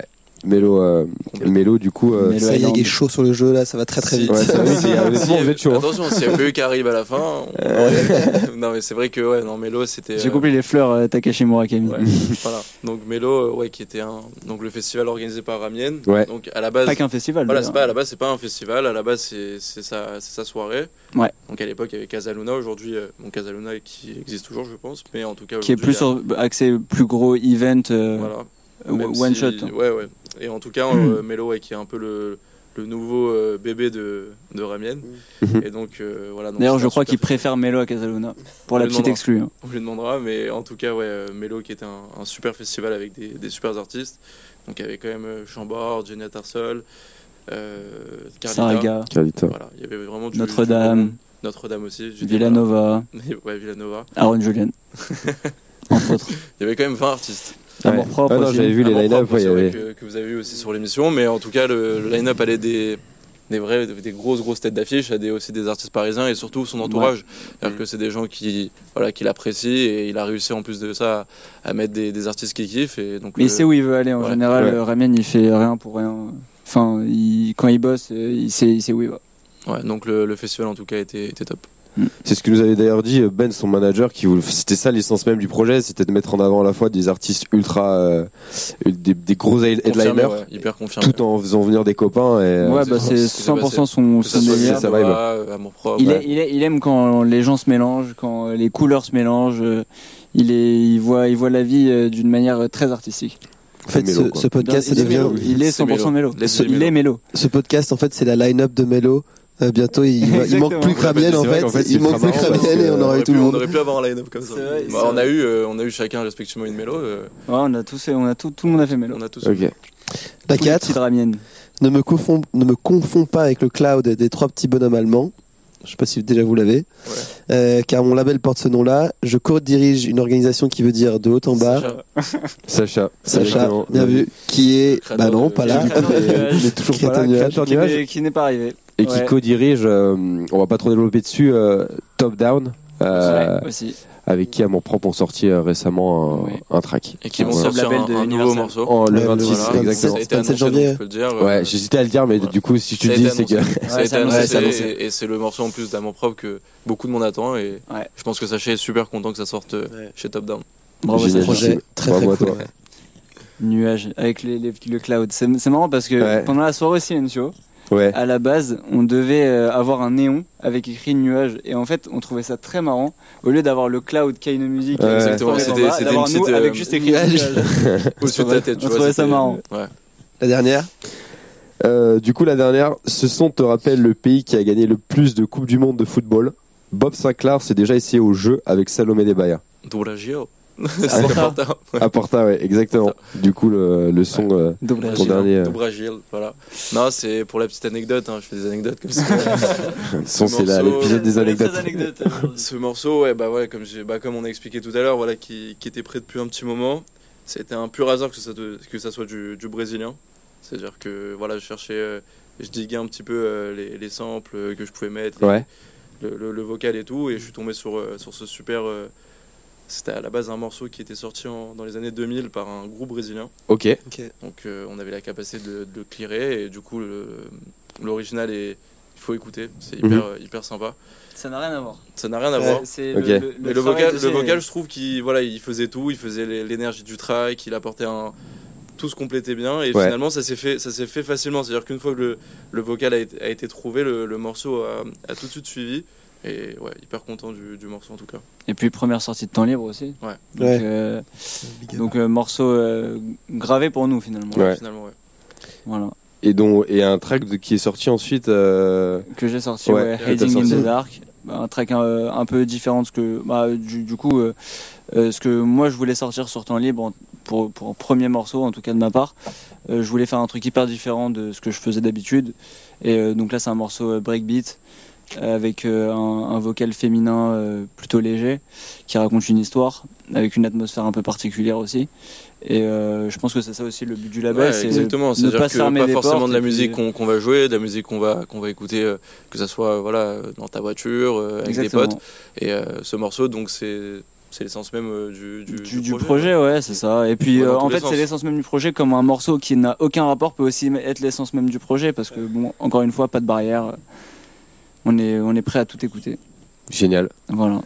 Mélo, euh, Mélo, du coup. Euh, Mélo Ça y est, Island. il est chaud sur le jeu là, ça va très très Si- vite. Ouais, ça va vite, il y a- Si, honnêtement, vous êtes chaud, hein. Attention, s'il y a P E qui arrive à la fin. on aurait- non, mais c'est vrai que ouais, non, Mélo, c'était. J'ai euh, compris les fleurs euh, Takashi Murakami. Ouais, voilà. Donc Mélo, euh, ouais, qui était un donc le festival organisé par Ramien. Ouais. Donc à la base. Pas qu'un festival. Voilà, d'ailleurs. c'est pas à la base, c'est pas un festival. À la base, c'est c'est sa c'est sa soirée. Ouais. Donc à l'époque, il y avait Casaluna. Aujourd'hui, euh, bon, Casaluna qui existe toujours, je pense. Mais en tout cas, Qui est aujourd'hui, plus il y a- sur axé plus gros event, euh, Voilà. euh, Même one si- shot. Ouais, ouais. Et en tout cas, euh, Mélo, ouais, qui est un peu le le nouveau euh, bébé de de Ramien. Mhm. Et donc euh, voilà. donc D'ailleurs, c'est je un crois super qu'il festival. préfère Mélo à Casaluna pour la On lui petite demandera. exclue. hein. On lui demandera, mais en tout cas, ouais, euh, Mélo qui était un, un super festival avec des, des super artistes. Donc il y avait quand même euh, Chambord, Jenny Tarsol, euh, Carlita. Saraga, Carlita. Voilà, il y avait vraiment du Notre-Dame, du bon monde. Notre-Dame aussi. j'étais Villanova, là. Ouais, Villanova. Aaron Julian. Entre autres. Il y avait quand même vingt artistes. Amour Ouais. propre Ah non, aussi. j'avais vu les Amour line-up, propre, ouais, il y c'est vrai avait. que, que vous avez vu aussi sur l'émission, mais en tout cas, le, le line-up allait des, des vrais, des grosses, grosses têtes d'affiche, à des, aussi des artistes parisiens et surtout son entourage. C'est-à-dire Mm. que c'est des gens qui, voilà, qui l'apprécient et il a réussi en plus de ça à, à mettre des, des artistes qui kiffent. Et donc, Mais il le- sait où il veut aller en Ouais. général. Ouais. euh, Ramien, il fait rien pour rien. Enfin, il- quand il bosse, euh, il sait, il sait où il va. Ouais, donc le, le festival en tout cas était, était top. C'est ce que nous avait d'ailleurs dit Ben, son manager, qui voulait- c'était ça l'essence même du projet, c'était de mettre en avant à la fois des artistes ultra, euh, des, des gros headliners, Confirmé, ouais, hyper confirmé. tout en faisant venir des copains. Et, Ouais, euh, bah c'est c'est- cent pour cent son, Que ça son soit délire. c'est ça vibe. Amour propre. Il, Ouais. est- il, est- il aime quand les gens se mélangent, quand les couleurs se mélangent. euh, Il, est, il, voit, il voit la vie euh, d'une manière euh, très artistique. En fait, Mélo, ce, quoi. ce podcast, ça il, est devient, mélo. il est C'est cent pour cent mélo. Laisse les Il est mélo. ce podcast, en fait, c'est la line-up de Mélo. Euh, bientôt, il, va- il Exactement. manque plus que Ouais, Ramien, c'est en vrai fait. qu'en fait, c'est Il manque ultra plus que marrant parce Ramien que, et on On aurait aurait, tout pu, le on monde. aurait pu avoir un line-up comme ça. C'est vrai, Bah, c'est on, vrai. a eu, euh, on a eu chacun respectivement une mélo. euh, Ouais, on a tous, on a tout, tout le monde a fait mélo. on a tous. Ok. La Tous les quatre, petits de Ramien. ne me confonds, ne me confonds pas avec le cloud des trois petits bonhommes allemands. Je sais pas si déjà vous l'avez. Ouais. Euh, car mon label porte ce nom-là. Je co-dirige une organisation qui veut dire de haut en bas. Sacha. Sacha. Sacha, Exactement. bien vu. Qui est, Créateur bah non, de- pas là. Le créateur de nuages. Il est toujours pas là, Créateur créateur Qui nuage. n'est- Qui n'est pas arrivé. Et qui Ouais. co-dirige, euh, on va pas trop développer dessus, euh, Top Down, euh, Ouais, aussi. avec qui Amour Propre ont sorti euh, récemment un, Oui. un track. Et qui vont Sur le sortir label un, de un nouveau Universal. morceau. Oh, le Ouais, vingt-six, voilà. Ça a exactement. été annoncé, vingt-sept janvier. donc je peux le dire. euh, Ouais, j'hésitais à le dire, mais voilà. du coup, si tu ça le a été dis, c'est que. annoncé. Ça a Ouais, été ça a annoncé, annoncé, ça a et- annoncé. et c'est le morceau en plus d'Amour Propre que beaucoup de monde attend et Ouais. je pense que Sacha est super content que ça sorte euh, Ouais. chez Top Down. Bravo, Génial. Sacha. Projet très Bravo à très cool. toi. ouais. Nuage avec les, les- le cloud. C'est c'est marrant parce que Ouais. pendant la soirée Silencio, Ouais. à la base, on devait euh, avoir un néon avec écrit nuage et en fait, on trouvait ça très marrant. Au lieu d'avoir le cloud Kaino Music, Ouais. euh, Exactement, forêt c'était- d'en bas, c'était d'avoir une nous petite, euh, avec juste écrit nuage. nuage. Au-dessus de ta tête, tu On vois. trouvait ça c'était- marrant. Ouais. La dernière. Euh, du coup, la dernière, ce son te rappelle le pays qui a gagné le plus de Coupes du Monde de football. Bob Sinclair s'est déjà essayé au jeu avec Salomé Debaya. Do Brasil. À Porta. À Porta, ouais, exactement. Du coup, le, le son, euh, Double ton H. dernier, euh, Do Brasil, voilà. Non, c'est pour la petite anecdote, hein, je fais des anecdotes comme ça. le son, c'est la- morceau, l'épisode des anecdotes. Très anecdote. Ce morceau, ouais, bah ouais, comme, j'ai, bah, comme on a expliqué tout à l'heure, voilà, qui, qui était prêt depuis un petit moment. C'était un pur hasard que ça, de- que ça soit du, du brésilien. C'est-à-dire que voilà, je cherchais, euh, je diguais un petit peu euh, les, les samples euh, que je pouvais mettre, les- Ouais. le, le- le vocal et tout, et je suis tombé sur, euh, sur ce super. euh, c'était à la base un morceau qui était sorti en- dans les années deux mille par un groupe brésilien. Ok. Donc euh, on avait la capacité de, de le clearer, et du coup, le- l'original, est, il faut écouter, c'est hyper, Mhm. euh, hyper sympa. Ça n'a rien à voir. Ça n'a rien à Ouais. voir. C'est Ok. Mais le vocal, le vocal, je trouve qu'il voilà, il faisait tout, il faisait l'é- l'énergie du track, il apportait un tout se complétait bien et Ouais. finalement ça s'est fait ça s'est fait facilement. C'est-à-dire qu'une fois que le, le vocal a été, a été trouvé, le, le morceau a, a tout de suite suivi et ouais, hyper content du, du morceau en tout cas. Et puis première sortie de temps libre aussi. Ouais. Donc, Ouais. euh, Big up. donc euh, morceau euh, gravé pour nous finalement. Ouais. Finalement ouais. Voilà. Et, dont, et un track de- qui est sorti ensuite. euh, Que j'ai sorti, Ouais, ouais, que t'as Hiding in sorti. the Dark. Bah, un track un, un peu différent de ce que bah, du, du coup euh, euh, ce que moi je voulais sortir sur temps libre en- pour, pour un premier morceau en tout cas de ma part. Euh, je voulais faire un truc hyper différent de ce que je faisais d'habitude et euh, donc là c'est un morceau euh, breakbeat euh, avec euh, un, un vocal féminin euh, plutôt léger qui raconte une histoire avec une atmosphère un peu particulière aussi et euh, je pense que c'est ça aussi le but du label, Ouais, c'est exactement, ne c'est-à-dire pas que se fermer pas des forcément portes de la et puis- musique qu'on qu'on va jouer, de la musique qu'on va qu'on va écouter, euh, que ça soit voilà dans ta voiture euh, avec Exactement. des potes. Et euh, ce morceau, donc c'est c'est l'essence même euh, du, du, du, du du projet. projet, ouais, c'est ça. Et puis Ouais, dans euh, tous en les fait, sens. c'est l'essence même du projet, comme un morceau qui n'a aucun rapport peut aussi être l'essence même du projet, parce que bon, encore une fois, pas de barrière. On est, on est prêt à tout écouter. Génial. Voilà.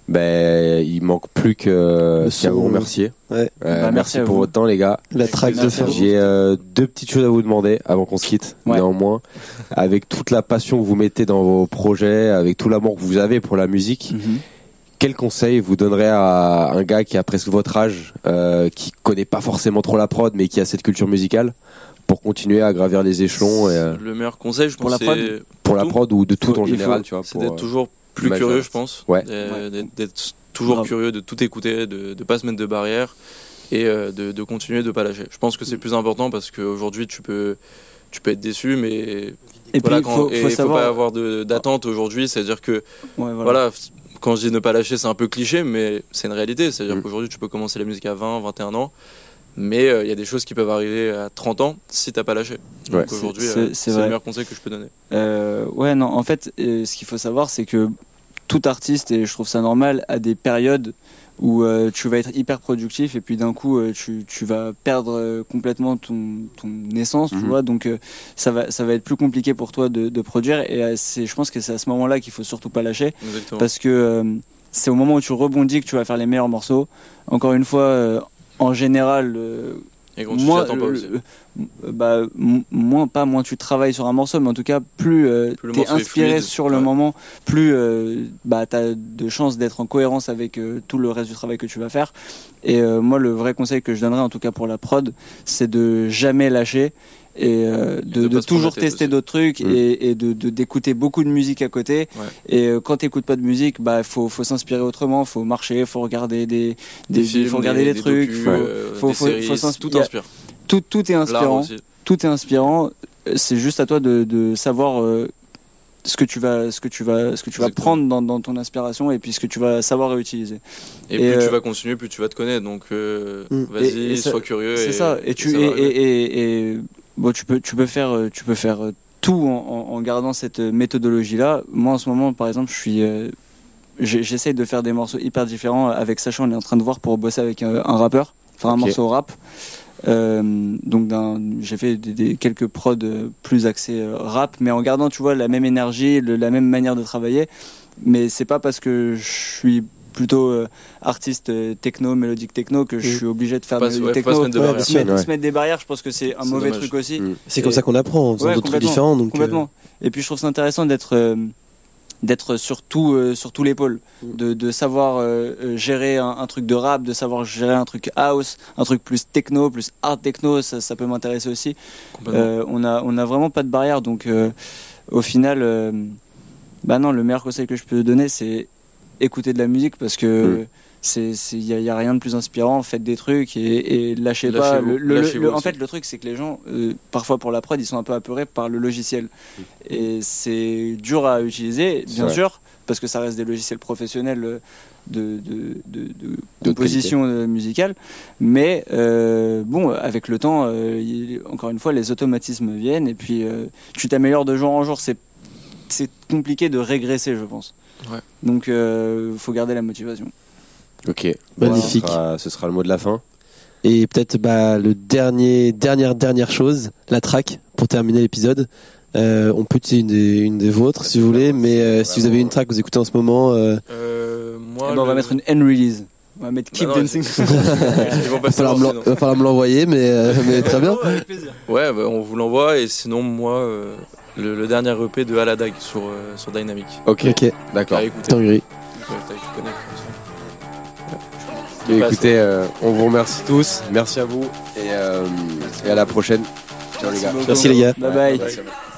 Ben, il manque plus que Le qu'à vous son. remercier. Ouais. Euh, Bah, merci merci à pour vous. votre temps, les gars. La track de Merci à fin. vous. J'ai euh, deux petites choses à vous demander avant qu'on se quitte. Ouais. Néanmoins, avec toute la passion que vous mettez dans vos projets, avec tout l'amour que vous avez pour la musique, Mhm. quel conseil vous donnerez à un gars qui a presque votre âge, euh, qui connaît pas forcément trop la prod, mais qui a cette culture musicale, pour continuer à gravir les échelons et, euh, Le meilleur conseil, je Pour pense, la prod c'est pour la tout. prod ou de tout Faut- en il général, faut- tu vois. c'est pour, d'être euh, toujours plus imaginer. curieux, je pense. Ouais. Euh, d'être- D'être toujours Grave. curieux, de tout écouter, de ne pas se mettre de barrières et euh, de, de continuer de pas lâcher. Je pense que c'est le plus important parce qu'aujourd'hui, tu peux, tu peux être déçu, mais Et voilà, puis, quand, faut, et faut faut savoir. pas avoir de- d'attente aujourd'hui. C'est-à-dire que, Ouais, voilà. voilà. Quand je dis ne pas lâcher, c'est un peu cliché, mais c'est une réalité. C'est-à-dire Mm. qu'aujourd'hui, tu peux commencer la musique à vingt, vingt et un ans, mais euh, il y a des choses qui peuvent arriver à trente ans si t'as pas lâché. Donc Ouais. aujourd'hui, C'est- euh, c'est c'est vrai. le meilleur conseil que je peux donner. Euh, ouais, non, en fait, euh, ce qu'il faut savoir, c'est que tout artiste, et je trouve ça normal, a des périodes où euh, tu vas être hyper productif et puis d'un coup euh, tu, tu vas perdre euh, complètement ton, ton essence, tu Mhm. vois, donc euh, ça, va, ça va être plus compliqué pour toi de, de produire et euh, c'est, je pense que c'est à ce moment-là qu'il faut surtout pas lâcher Exactement. parce que euh, c'est au moment où tu rebondis que tu vas faire les meilleurs morceaux. Encore une fois, euh, en général, euh, Et quand tu t'y moins, attends pas le- aussi. le- bah, m- moins pas moins tu travailles sur un morceau, mais en tout cas plus, euh, Plus le t'es morceau est inspiré fluide, sur le ouais. moment, plus euh, bah t'as de chances d'être en cohérence avec euh, tout le reste du travail que tu vas faire. Et euh, moi, le vrai conseil que je donnerais, en tout cas pour la prod, c'est de jamais lâcher. Et euh, de, de de pas se prendre toujours la tête tester aussi. d'autres trucs Mm. et, et de, de- d'écouter beaucoup de musique à côté. Ouais. Et euh, quand t'écoutes pas de musique, bah faut faut s'inspirer autrement, faut marcher, faut regarder des, des, Des films, faut regarder des, trucs, docus, faut- euh, faut- des faut- séries, faut s'inspirer. tout inspire. tout tout est L'art inspirant. aussi. Tout est inspirant. C'est juste à toi de, de savoir euh, ce que tu vas, ce que tu vas, ce que tu vas Exactement. prendre dans, dans ton inspiration et puis ce que tu vas savoir réutiliser. Et, Et, plus euh, tu vas continuer, plus tu vas te connaître. Donc euh, Mm. vas-y, Et- et ça- sois curieux. C'est et- ça. Et tu ça et, va arriver. et, et, et- bon, tu peux tu peux faire euh, tu peux faire euh, tout en, en, en gardant cette méthodologie là. Moi en ce moment par exemple je suis euh, j'ai- j'essaye de faire des morceaux hyper différents avec Sacha. On est en train de voir pour bosser avec un, un rappeur, faire un Ok. morceau rap. Euh, donc d'un- j'ai fait des, des- quelques prods euh, plus axés euh, rap, mais en gardant tu vois la même énergie, le- la même manière de travailler. Mais c'est pas parce que je suis plutôt euh, artiste euh, techno, mélodique techno que je suis obligé de faire Faut de pas, la ouais, mélodique faut pas se techno. mettre de Ouais, barrière. bien sûr. Se mettre, Ouais. se mettre des barrières, je pense que c'est un C'est mauvais dommage. truc aussi. Mm. C'est comme ça qu'on apprend en faisant Ouais, d'autres trucs complètement. différents. Donc, euh, Complètement. Et puis je trouve ça intéressant d'être euh, d'être sur tout euh, sur tous les pôles, Mm. de, de savoir euh, euh, gérer un, un truc de rap, de savoir gérer un truc house, un truc plus techno, plus art techno, ça, ça peut m'intéresser aussi. Complètement. Euh, on a on a vraiment pas de barrière, donc euh, au final, euh, bah non, le meilleur conseil que je peux donner, c'est écouter de la musique parce que Mm. c'est c'est y a, y a rien de plus inspirant. Faites des trucs et, et lâchez pas. Lâchez-vous. Le- le- Lâchez-vous le- en aussi. fait, le truc c'est que les gens, euh, parfois pour la prod, ils sont un peu apeurés par le logiciel et c'est dur à utiliser, C'est bien vrai. sûr, parce que ça reste des logiciels professionnels euh, de, de, de, de De composition euh, musicale. Mais euh, bon, avec le temps, euh, il- encore une fois, les automatismes viennent et puis euh, tu t'améliores de jour en jour. C'est c'est compliqué de régresser, je pense. Ouais. Donc, il faut garder la motivation. Ok. Magnifique. Ce sera, ce sera le mot de la fin. Et peut-être bah, le dernier, dernière, dernière chose, la track, pour terminer l'épisode. Euh, on peut utiliser une des, une des vôtres si vous voulez, mais euh, si vous avez une track que vous écoutez en ce moment, euh, Euh, moi, Eh ben, on va le- mettre une end release. On va mettre Bah Keep non, Dancing. Ils vont il pas va falloir, me savoir, l'en- sinon. va falloir me l'envoyer, mais, euh, mais très bien. Avec plaisir. Ouais, bah, on vous l'envoie et sinon moi euh, le, le dernier E P de Aladag sur euh, sur Dynamic. Ok. Ok, D'accord. À écouter. tant gris. Ouais, t'as- tu connais, Et passe, écoutez, euh, on vous remercie tous. Merci à vous et, euh, et à la prochaine. Ciao les gars. beaucoup. Merci les gars. Bye bye. Merci à vous.